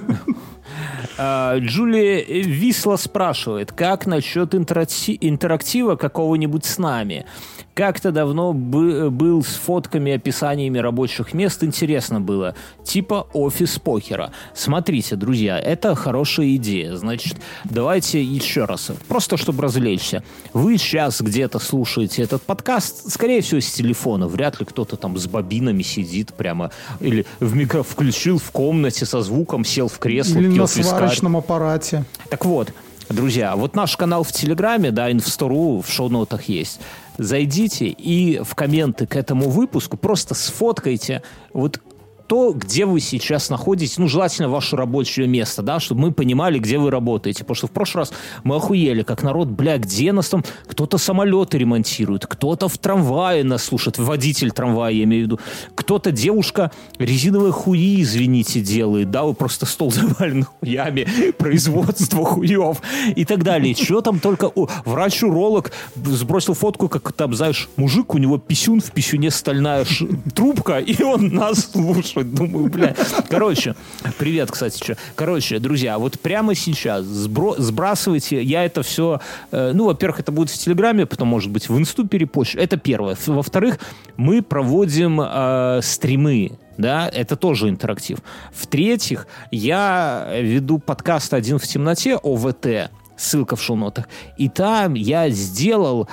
Джулия Висла спрашивает, как насчет интерактива какого-нибудь с нами? Как-то давно был с фотками, описаниями рабочих мест, интересно было. Типа офис покера. Смотрите, друзья, это хорошая идея. Значит, давайте еще раз, просто чтобы развлечься. Вы сейчас где-то слушаете этот подкаст, скорее всего, с телефона. Вряд ли кто-то там с бобинами сидит прямо. Или включил в комнате со звуком, сел в кресло, или на сварочном аппарате. Так вот, друзья, вот наш канал в Телеграме, да, Info.ru в шоу-нотах есть. Зайдите и в комменты к этому выпуску просто сфоткайте вот то, где вы сейчас находитесь, ну, желательно ваше рабочее место, да, чтобы мы понимали, где вы работаете. Потому что в прошлый раз мы охуели, как народ, бля, где нас там, кто-то самолеты ремонтирует, кто-то в трамвае нас слушает, водитель трамвая, я имею в виду, кто-то, девушка, резиновые хуи, извините, делает, да, вы просто стол завален хуями, производство хуев и так далее. Чего там только... Врач-уролог сбросил фотку, как там, знаешь, мужик, у него писюн, в писюне стальная трубка, и он нас слушает. Думаю, бля. Короче, привет, кстати, что. Короче, друзья, вот прямо сейчас сбрасывайте, я это все... ну, во-первых, это будет в Телеграме, потом, может быть, в Инсту перепощу. Это первое. Во-вторых, мы проводим стримы. Да, это тоже интерактив. В-третьих, я веду подкаст «Один в темноте», ОВТ, ссылка в шоу-нотах, и там я сделал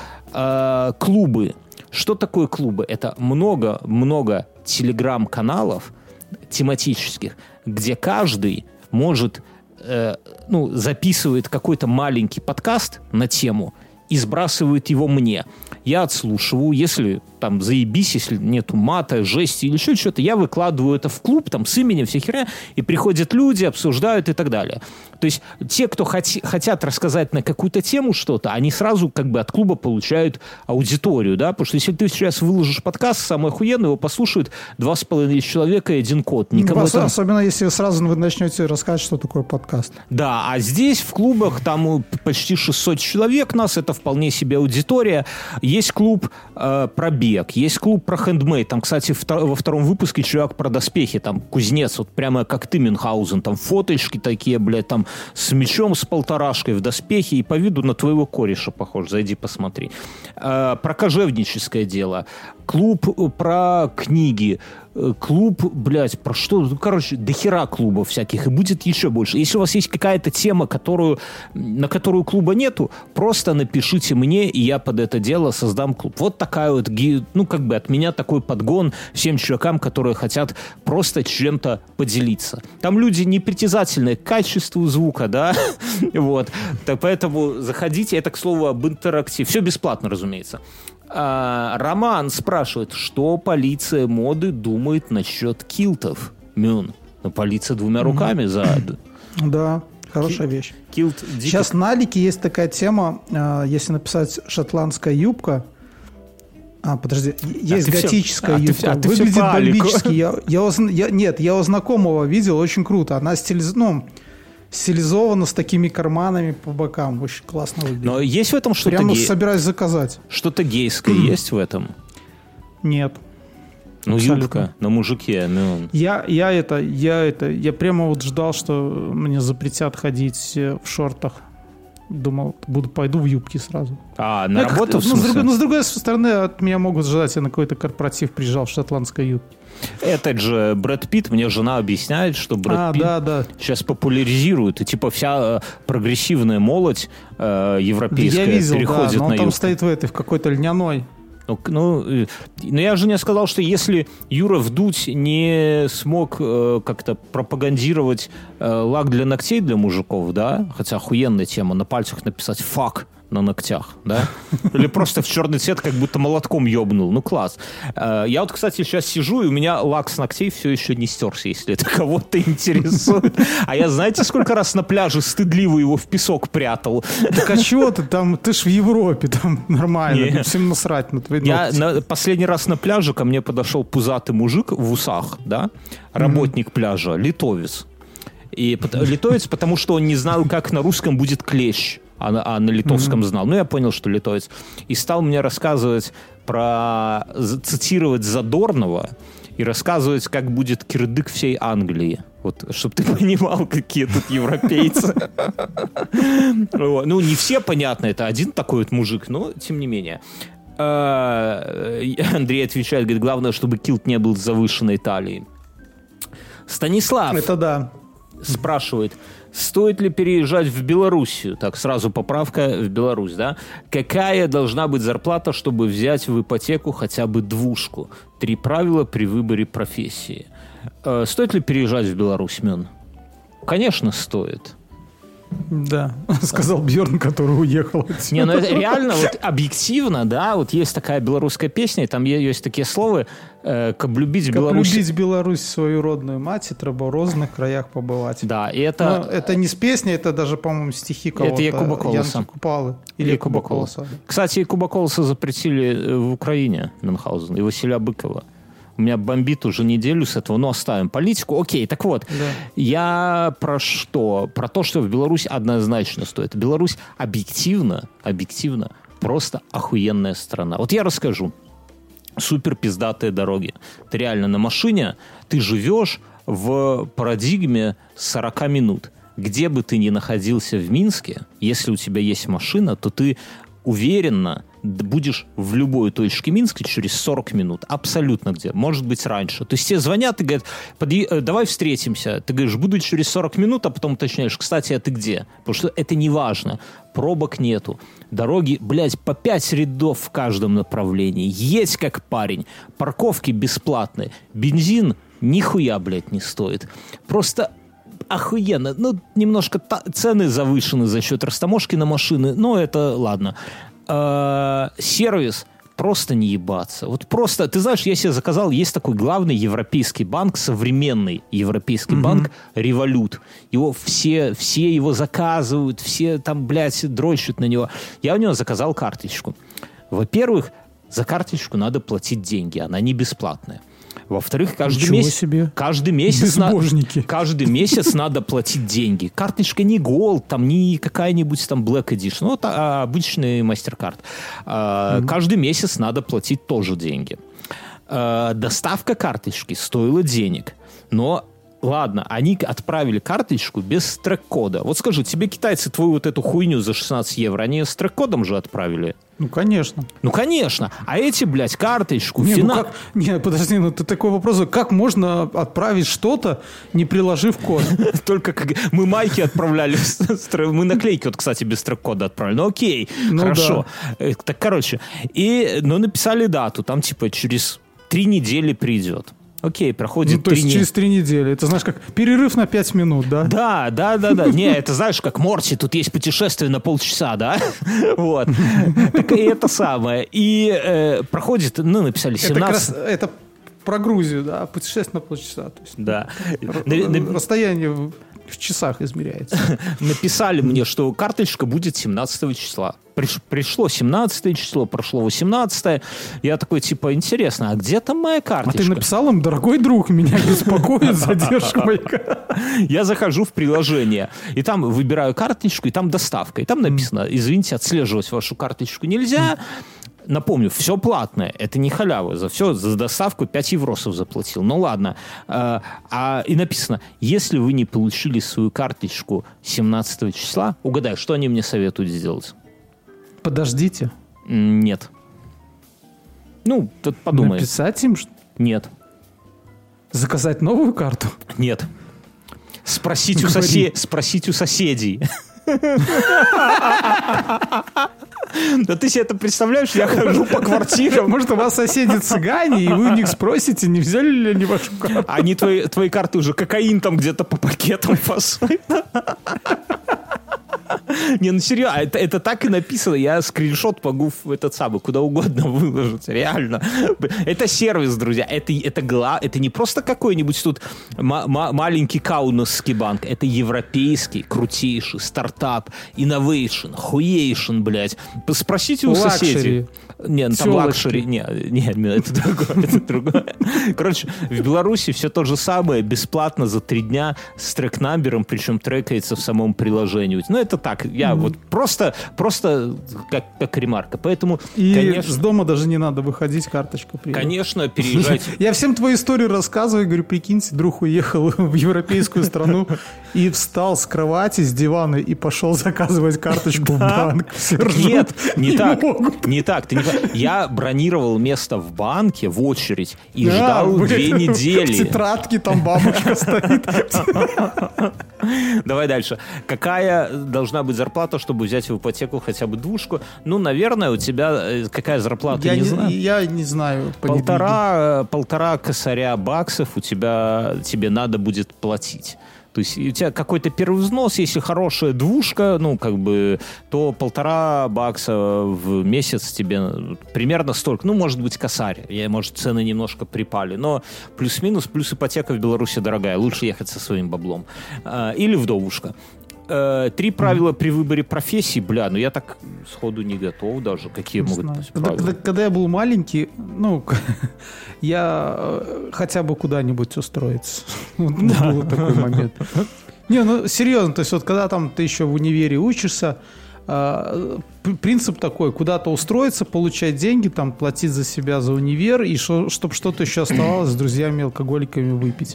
клубы. Что такое клубы? Это много-много телеграм-каналов тематических, где каждый может, записывает какой-то маленький подкаст на тему и сбрасывает его мне. Я отслушиваю, если там заебись, если нету мата, жести или еще что-то, я выкладываю это в клуб, там с именем, вся херня, и приходят люди, обсуждают и так далее. То есть те, кто хотят рассказать на какую-то тему что-то, они сразу как бы от клуба получают аудиторию, да, потому что если ты сейчас выложишь подкаст, самый охуенный, его послушают 2,5 человека и один кот. Никому там... Особенно если сразу вы начнете рассказывать, что такое подкаст. Да, а здесь в клубах там почти 600 человек нас, это вполне себе аудитория. Есть клуб про бег, есть клуб про хендмейд. Там, кстати, во втором выпуске чувак про доспехи, там кузнец, вот прямо как ты, Мюнхгаузен, там фоточки такие, блядь, там с мечом, с полторашкой в доспехе, и по виду на твоего кореша похож, зайди посмотри. Про кожевническое дело, клуб про книги, клуб, блядь, про что? Ну, короче, дохера клубов всяких, и будет еще больше. Если у вас есть какая-то тема, на которую клуба нету, просто напишите мне, и я под это дело создам клуб. Вот такая вот, от меня такой подгон всем чувакам, которые хотят просто чем-то поделиться. Там люди непритязательные к качеству звука, да, вот. Так поэтому заходите, это, к слову, об интерактиве. Все бесплатно, разумеется. Роман спрашивает, что полиция моды думает насчет килтов. Мюн, полиция двумя руками за... Да, хорошая вещь. Килт дико... Сейчас на Алике есть такая тема, если написать «шотландская юбка». Подожди, есть готическая юбка. Выглядит бомбически. Я у знакомого видел, очень круто. Она стилизовано с такими карманами по бокам. Очень классно выглядит. Но есть в этом что-то... Прямо собираюсь заказать. Что-то гейское есть в этом? Нет. Ну, абсолютно. Юбка на мужике. Я прямо вот ждал, что мне запретят ходить в шортах. Думал, пойду в юбке сразу. На работу в смысле? Но с другой стороны, от меня могут ждать, я на какой-то корпоратив приезжал в шотландской юбке. Этот же Брэд Питт, мне жена объясняет, что Брэд Питт сейчас популяризирует, и типа вся прогрессивная молодь европейская переходит на юбку. Он там стоит в какой-то льняной. Но я жене сказал, что если Юра Вдудь не смог как-то пропагандировать лак для ногтей для мужиков, да, хотя охуенная тема, на пальцах написать «фак» на ногтях, да? Или просто в черный цвет как будто молотком ёбнул. Ну, класс. Я вот, кстати, сейчас сижу, и у меня лак с ногтей все еще не стерся, если это кого-то интересует. А я, знаете, сколько раз на пляже стыдливо его в песок прятал? Так а чего ты там? Ты ж в Европе, там нормально. Всем насрать на твои ногти. Последний раз на пляже ко мне подошел пузатый мужик в усах, да? Работник пляжа, литовец. И литовец, потому что он не знал, как на русском будет клещ. А на литовском знал. Ну, я понял, что литовец. И стал мне рассказывать цитировать Задорнова и рассказывать, как будет кирдык всей Англии. Вот, чтобы ты понимал, какие тут европейцы. Ну, не все, понятно, это один такой вот мужик, но тем не менее. Андрей отвечает, говорит, главное, чтобы килт не был с завышенной талией. Станислав. Это да. Спрашивает, стоит ли переезжать в Белоруссию? Так, сразу поправка в Беларусь, да? Какая должна быть зарплата, чтобы взять в ипотеку хотя бы 2? 3 правила при выборе профессии. Стоит ли переезжать в Беларусь, Мюн? Конечно, стоит. Да, сказал Бьерн, который уехал отсюда. Не, ну это реально, вот объективно, да, вот есть такая белорусская песня, и там есть такие слова, как любить Беларусь. Как любить Беларусь, свою родную мать, и треба в розных краях побывать. Да, и это... Но это не с песни, это даже, по-моему, стихи кого-то. Это Якуба Колоса. Янки Купалы. Или Якуба Колоса. Кстати, Якуба Колоса запретили в Украине, Мюнхгаузен, и Василя Быкова. У меня бомбит уже неделю с этого, но оставим политику. Окей, так вот, да. Я про что? Про то, что в Беларусь однозначно стоит. Беларусь объективно просто охуенная страна. Вот я расскажу. Супер пиздатые дороги. Ты реально на машине, ты живешь в парадигме 40 минут. Где бы ты ни находился в Минске, если у тебя есть машина, то ты уверенно будешь в любой точке Минска через 40 минут. Абсолютно где. Может быть, раньше. То есть тебе звонят и говорят, давай встретимся. Ты говоришь, буду через 40 минут, а потом уточняешь, кстати, а ты где? Потому что это не важно. Пробок нету. Дороги, блядь, по 5 рядов в каждом направлении. Едь как парень. Парковки бесплатные. Бензин нихуя, блядь, не стоит. Просто охуенно. Ну, немножко цены завышены за счет растаможки на машины, но это ладно. Сервис просто не ебаться. Вот просто, ты знаешь, я себе заказал, есть такой главный европейский банк, современный европейский банк, Revolut. Его все его заказывают, все там, блядь, дрочат на него. Я у него заказал карточку. Во-первых, за карточку надо платить деньги, она не бесплатная. Во-вторых, каждый месяц надо платить деньги. Карточка не Gold, там не какая-нибудь там Black Edition, ну, это обычный MasterCard. Каждый месяц надо платить тоже деньги. Доставка карточки стоила денег, но ладно, они отправили карточку без трек-кода. Вот скажи, тебе китайцы твою вот эту хуйню за 16 евро, они с трек-кодом же отправили? Ну, конечно. Ну, конечно. А эти, блядь, карточку... подожди, ты такой вопрос. Как можно отправить что-то, не приложив код? Только как... Мы майки отправляли, мы наклейки, вот, кстати, без трек-кода отправили. Ну, окей, хорошо. Так, короче, написали дату, там, типа, через 3 недели придет. Окей, проходит 3 недели. Через 3 недели. Это, знаешь, как перерыв на 5 минут, да? Да. Не, это, знаешь, как Морти, тут есть путешествие на полчаса, да? Вот. Так и это самое. И проходит, написали 17... Это про Грузию, да, путешествие на полчаса. То есть, да. Расстояние в часах измеряется. Написали мне, что карточка будет 17 числа. Пришло 17 число, прошло 18. Я такой, типа, интересно, а где там моя карточка? А ты написал им, дорогой друг, меня беспокоит задержка моей. Я захожу в приложение, и там выбираю карточку, и там доставка. И там написано, извините, отслеживать вашу карточку нельзя. Напомню, все платное, это не халява. За доставку 5 евросов заплатил. Ну ладно. И написано, если вы не получили свою карточку 17 числа, угадай, что они мне советуют сделать? Подождите. Нет. Ну, тут подумай. Написать им? Нет. Заказать новую карту? Нет. Спросить у соседей. Да ты себе это представляешь? Я хожу по квартирам. Может, у вас соседи цыгане, и вы у них спросите, не взяли ли они вашу карту? Они твои карты уже кокаин там где-то по пакетам фасуют. Не, ну серьезно, это так и написано. Я скриншот могу в этот самый куда угодно выложить. Реально. Это сервис, друзья. Это не просто какой-нибудь тут маленький каунасский банк. Это европейский, крутейший стартап, инновейшн, хуейшн, блядь. Спросите у соседей. Нет, там лакшери. Нет, это другое. Короче, в Беларуси все то же самое, бесплатно за 3 дня с трек-намбером, причем трекается в самом приложении. Ну, это так, я вот просто как ремарка. Поэтому, и конечно, с дома даже не надо выходить, карточка приедет. Конечно, переезжайте. Я всем твою историю рассказываю, говорю, прикиньте, друг уехал в европейскую страну и встал с кровати, с дивана и пошел заказывать карточку в банк. Нет, не так. Я бронировал место в банке в очередь и ждал 2 недели. В тетрадке там бабушка стоит. Давай дальше. Какая должна быть зарплата, чтобы взять в ипотеку хотя бы 2? Ну, наверное, у тебя какая зарплата, я не знаю. Я не знаю. Полтора косаря баксов тебе надо будет платить. То есть у тебя какой-то первый взнос, если хорошая двушка, ну, как бы, то $1,5 в месяц тебе примерно столько. Ну, может быть, косарь. Может, цены немножко припали. Но плюс-минус, плюс ипотека в Беларуси дорогая. Лучше ехать со своим баблом. Или вдовушка. 3 правила при выборе профессии, ну я так сходу не готов даже. Какие могут быть правила? Когда я был маленький, ну, я хотя бы куда-нибудь устроиться. Был такой момент. Не, ну, серьезно, то есть вот когда там ты еще в универе учишься, принцип такой, куда-то устроиться, получать деньги, там, платить за себя, за универ, и чтобы что-то еще оставалось с друзьями-алкоголиками выпить.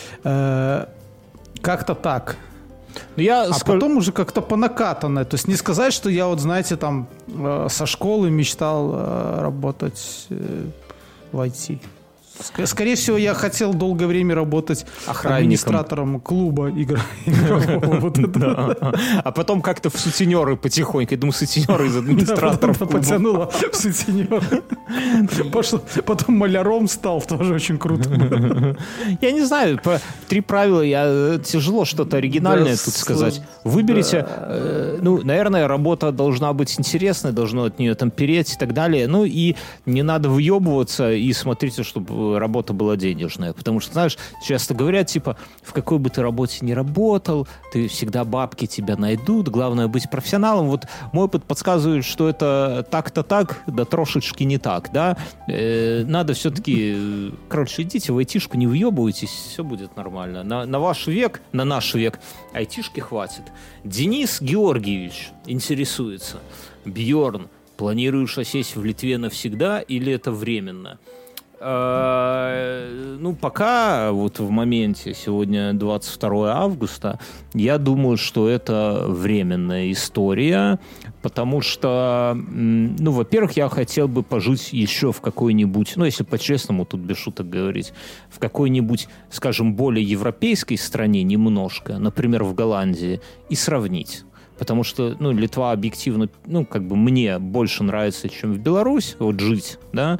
Как-то так. Потом уже как-то по накатанной. То есть не сказать, что я вот, знаете, там со школы мечтал работать в IT. Скорее всего, я хотел долгое время работать администратором клуба игрового. А потом как-то в сутенеры потихоньку. Я думаю, сутенеры из администраторов клуба. Потянуло в сутенеры. Потом маляром стал, тоже очень круто. Я не знаю, 3 правила, тяжело что-то оригинальное тут сказать. Выберите, ну, наверное, работа должна быть интересной, должно от нее там переть и так далее. Ну, и не надо въебываться и смотрите, чтобы работа была денежная. Потому что, знаешь, часто говорят, типа, в какой бы ты работе ни работал, ты всегда бабки тебя найдут, главное быть профессионалом. Вот мой опыт подсказывает, что это так-то так, да трошечки не так, да. Надо все-таки, короче, идите в айтишку, не въебывайтесь, все будет нормально. На ваш век, на наш век айтишки хватит. Денис Георгиевич интересуется. Бьорн, планируешь осесть в Литве навсегда или это временно? Ну, пока вот в моменте, сегодня 22 августа, я думаю, что это временная история, потому что, ну, во-первых, я хотел бы пожить еще в какой-нибудь, ну, если по-честному, тут без шуток говорить, в какой-нибудь, скажем, более европейской стране немножко, например, в Голландии, и сравнить. Потому что, ну, Литва объективно, ну, как бы мне больше нравится, чем в Беларусь, вот жить, да,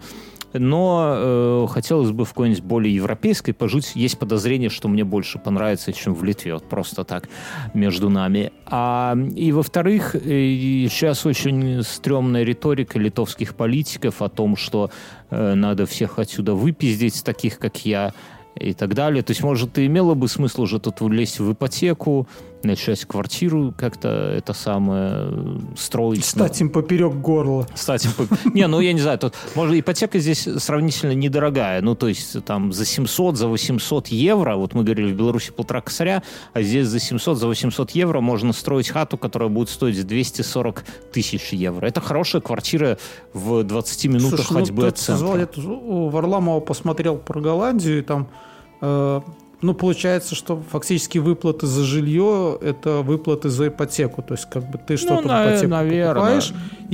но хотелось бы в какой-нибудь более европейской пожить. Есть подозрение, что мне больше понравится, чем в Литве. Вот просто так между нами. И во-вторых, сейчас очень стрёмная риторика литовских политиков о том, что надо всех отсюда выпиздить, таких как я, и так далее. То есть, может, и имело бы смысл уже тут влезть в ипотеку, начать квартиру как-то это самое строить. Стать им поперек горла. Не, ну я не знаю, тут, может, ипотека здесь сравнительно недорогая, ну то есть там за 700, за 800 евро, вот мы говорили, в Беларуси 1,5 косаря, а здесь за 700, за 800 евро можно строить хату, которая будет стоить 240 тысяч евро. Это хорошая квартира в 20 минутах ходьбы от центра. Я у Варламова посмотрел про Голландию, и там ну, получается, что фактически выплаты за жилье – это выплаты за ипотеку. То есть, как бы ты что-то в ипотеку покупаешь,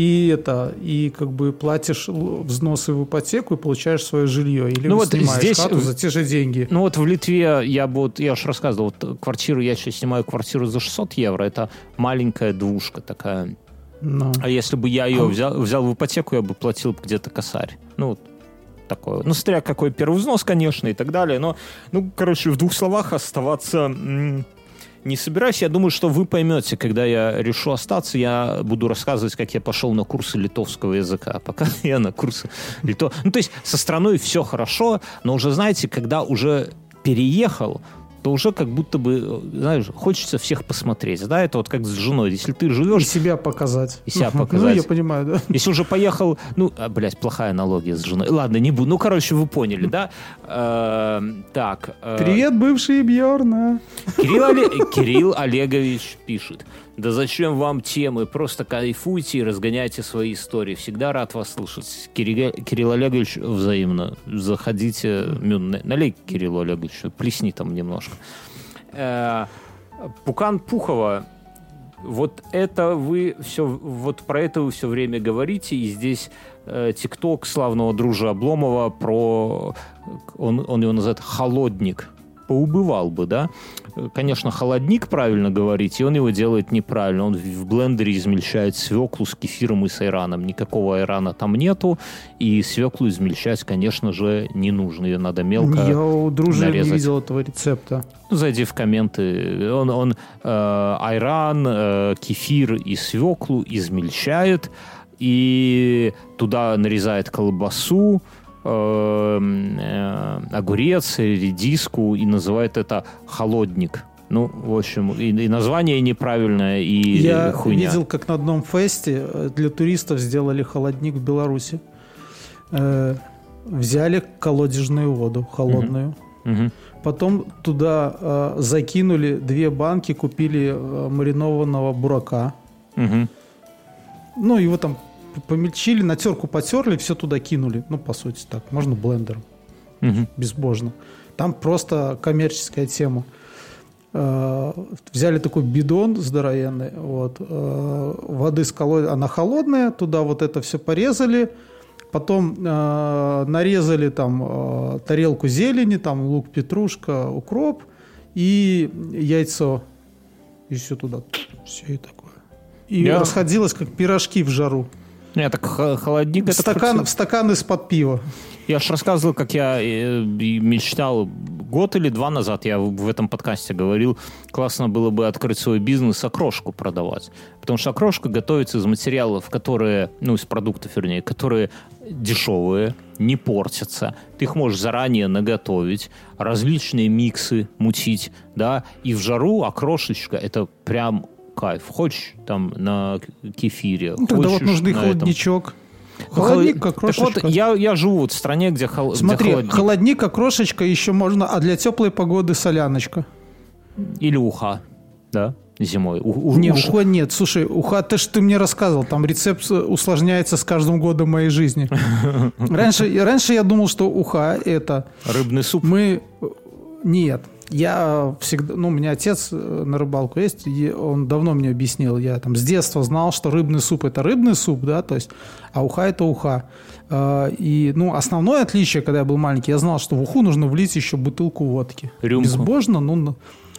и как бы платишь взносы в ипотеку и получаешь свое жилье. Или ну, вот снимаешь здесь, хату за те же деньги. Ну, вот в Литве я уже рассказывал, вот квартиру, я сейчас снимаю квартиру за 600 евро, это маленькая двушка такая. No. А если бы я ее взял в ипотеку, я бы платил где-то косарь. Ну, вот. Такое. Ну, смотря какой первый взнос, конечно, и так далее. Но, ну, короче, в 2 словах оставаться не собираюсь. Я думаю, что вы поймете, когда я решу остаться, я буду рассказывать, как я пошел на курсы литовского языка. Пока я на курсы литовского... Ну, то есть со страной все хорошо, но уже, знаете, когда уже переехал, то уже как будто бы, знаешь, хочется всех посмотреть. Да, это вот как с женой. Если ты живешь... И себя показать. И себя показать. Ну, я понимаю, да. Если уже поехал... Ну, блядь, плохая аналогия с женой. Ладно, не буду. Ну, короче, вы поняли, да? Так. Привет, бывший Бьорна. Кирилл Олегович пишет. Да зачем вам темы? Просто кайфуйте и разгоняйте свои истории. Всегда рад вас слушать. Кирилл Олегович, взаимно. Заходите. Налей Кириллу Олеговичу. Плесни там немножко. Пукан Пухова. Вот это вы все... Вот про это вы все время говорите. И здесь ТикТок славного дружа Обломова про... Он его называет «Холодник». поубывал бы, да. Конечно, холодник, правильно говорить, и он его делает неправильно. Он в блендере измельчает свеклу с кефиром и с айраном. Никакого айрана там нету, и свеклу измельчать, конечно же, не нужно. Ее надо мелко Я у дружины нарезать. не видел этого рецепта. Зайди в комменты. Он айран, кефир и свеклу измельчает, и туда нарезает колбасу, огурец, редиску, и называет это холодник. Ну, в общем, и название неправильное, и Я хуйня. видел, как на одном фесте для туристов сделали холодник в Беларуси. Взяли колодежную воду холодную. Угу. Потом туда закинули 2 банки, купили маринованного бурака. Угу. Ну, его там помельчили, на терку потерли, все туда кинули. Ну, по сути, так. Можно блендером. Угу. Безбожно. Там просто коммерческая тема. Взяли такой бидон здоровенный, вот, воды с колодец, она холодная, туда вот это все порезали, потом нарезали там тарелку зелени, там лук, петрушка, укроп и яйцо. И все туда. Все и такое. И расходилось, как пирожки в жару. Нет, так холодник... В стакан из-под пива. Я же рассказывал, как я мечтал год или 2 назад, я в этом подкасте говорил, классно было бы открыть свой бизнес, окрошку продавать. Потому что окрошка готовится из материалов, которые, ну, из продуктов, вернее, которые дешевые, не портятся. Ты их можешь заранее наготовить, различные миксы мутить, да, и в жару окрошечка — это прям кайф. Хочешь там на кефире, ну, тогда вот нужный холодничок. Холодник, окрошечка. Так вот, я живу вот в стране, где Смотри, где холодник. Холодник, окрошечка еще можно, а для теплой погоды соляночка. Или уха, да, зимой. Не, уха нет. Слушай, уха, ты мне рассказывал, там рецепт усложняется с каждым годом моей жизни. Раньше я думал, что уха это... Рыбный суп? Нет. Я всегда... Ну, у меня отец на рыбалку есть, и он давно мне объяснил. Я там с детства знал, что рыбный суп — это рыбный суп, да, то есть, а уха — это уха. И, ну, основное отличие, когда я был маленький, я знал, что в уху нужно влить еще бутылку водки. Рюмку. Безбожно, ну,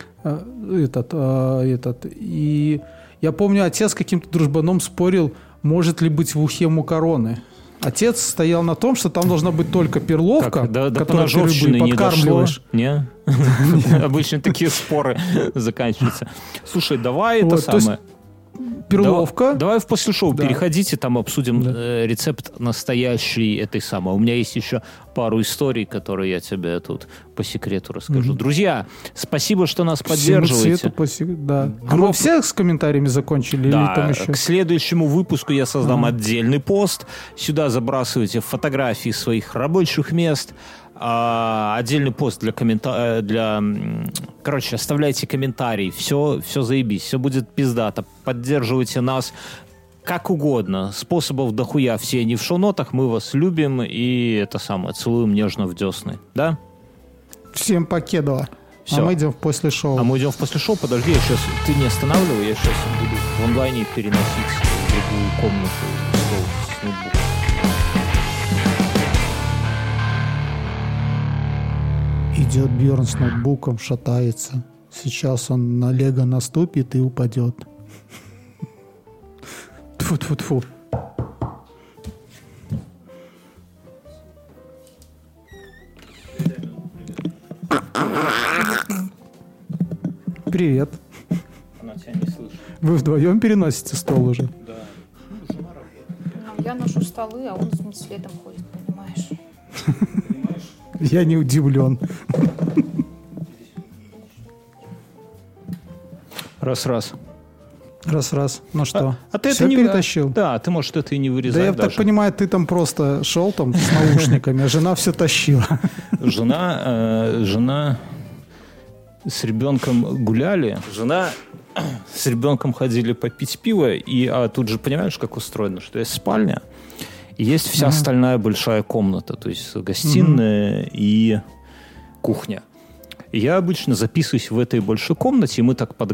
И я помню, отец с каким-то дружбаном спорил, может ли быть в ухе макароны. Отец стоял на том, что там должна быть только перловка, которую ты рыбой подкармливаешь. Не? Обычно такие споры заканчиваются. Слушай, давай это самое... Перловка. Давай в после шоу переходите, там обсудим рецепт настоящий этой самой. У меня есть еще пару историй, которые я тебе тут по секрету расскажу. Друзья, спасибо, что нас поддерживаете. Да. А мы все с комментариями закончили? Да, или там еще? К следующему выпуску я создам отдельный пост. Сюда забрасывайте фотографии своих рабочих мест. Отдельный пост короче, оставляйте комментарии, все заебись, все будет пиздато, поддерживайте нас как угодно, способов дохуя, все они в шоу-нотах, мы вас любим и это самое, целуем нежно в десны, да? Всем покедова. Все. А мы идем в после шоу. Подожди, я сейчас, ты не останавливай, я сейчас буду в онлайне переносить в другую комнату стол с ноутбуком. Идет Бьерн с ноутбуком, шатается. Сейчас он на Лего наступит и упадет. Тьфу-тьфу-тьфу. Привет. Она тебя не слышит. Вы вдвоем переносите стол уже? Да. Я ношу столы, а он с ним следом ходит, понимаешь? Я не удивлен. Раз-раз. Ну что? А ты все это не перетащил? Да, ты, может, это и не вырезать. Да я даже. так понимаю, ты там просто шел там с наушниками, а жена все тащила. Жена с ребенком гуляли. Жена с ребенком ходили попить пиво, а тут же понимаешь, как устроено, что есть спальня, и есть вся остальная большая комната, то есть гостиная и кухня. И я обычно записываюсь в этой большой комнате, и мы так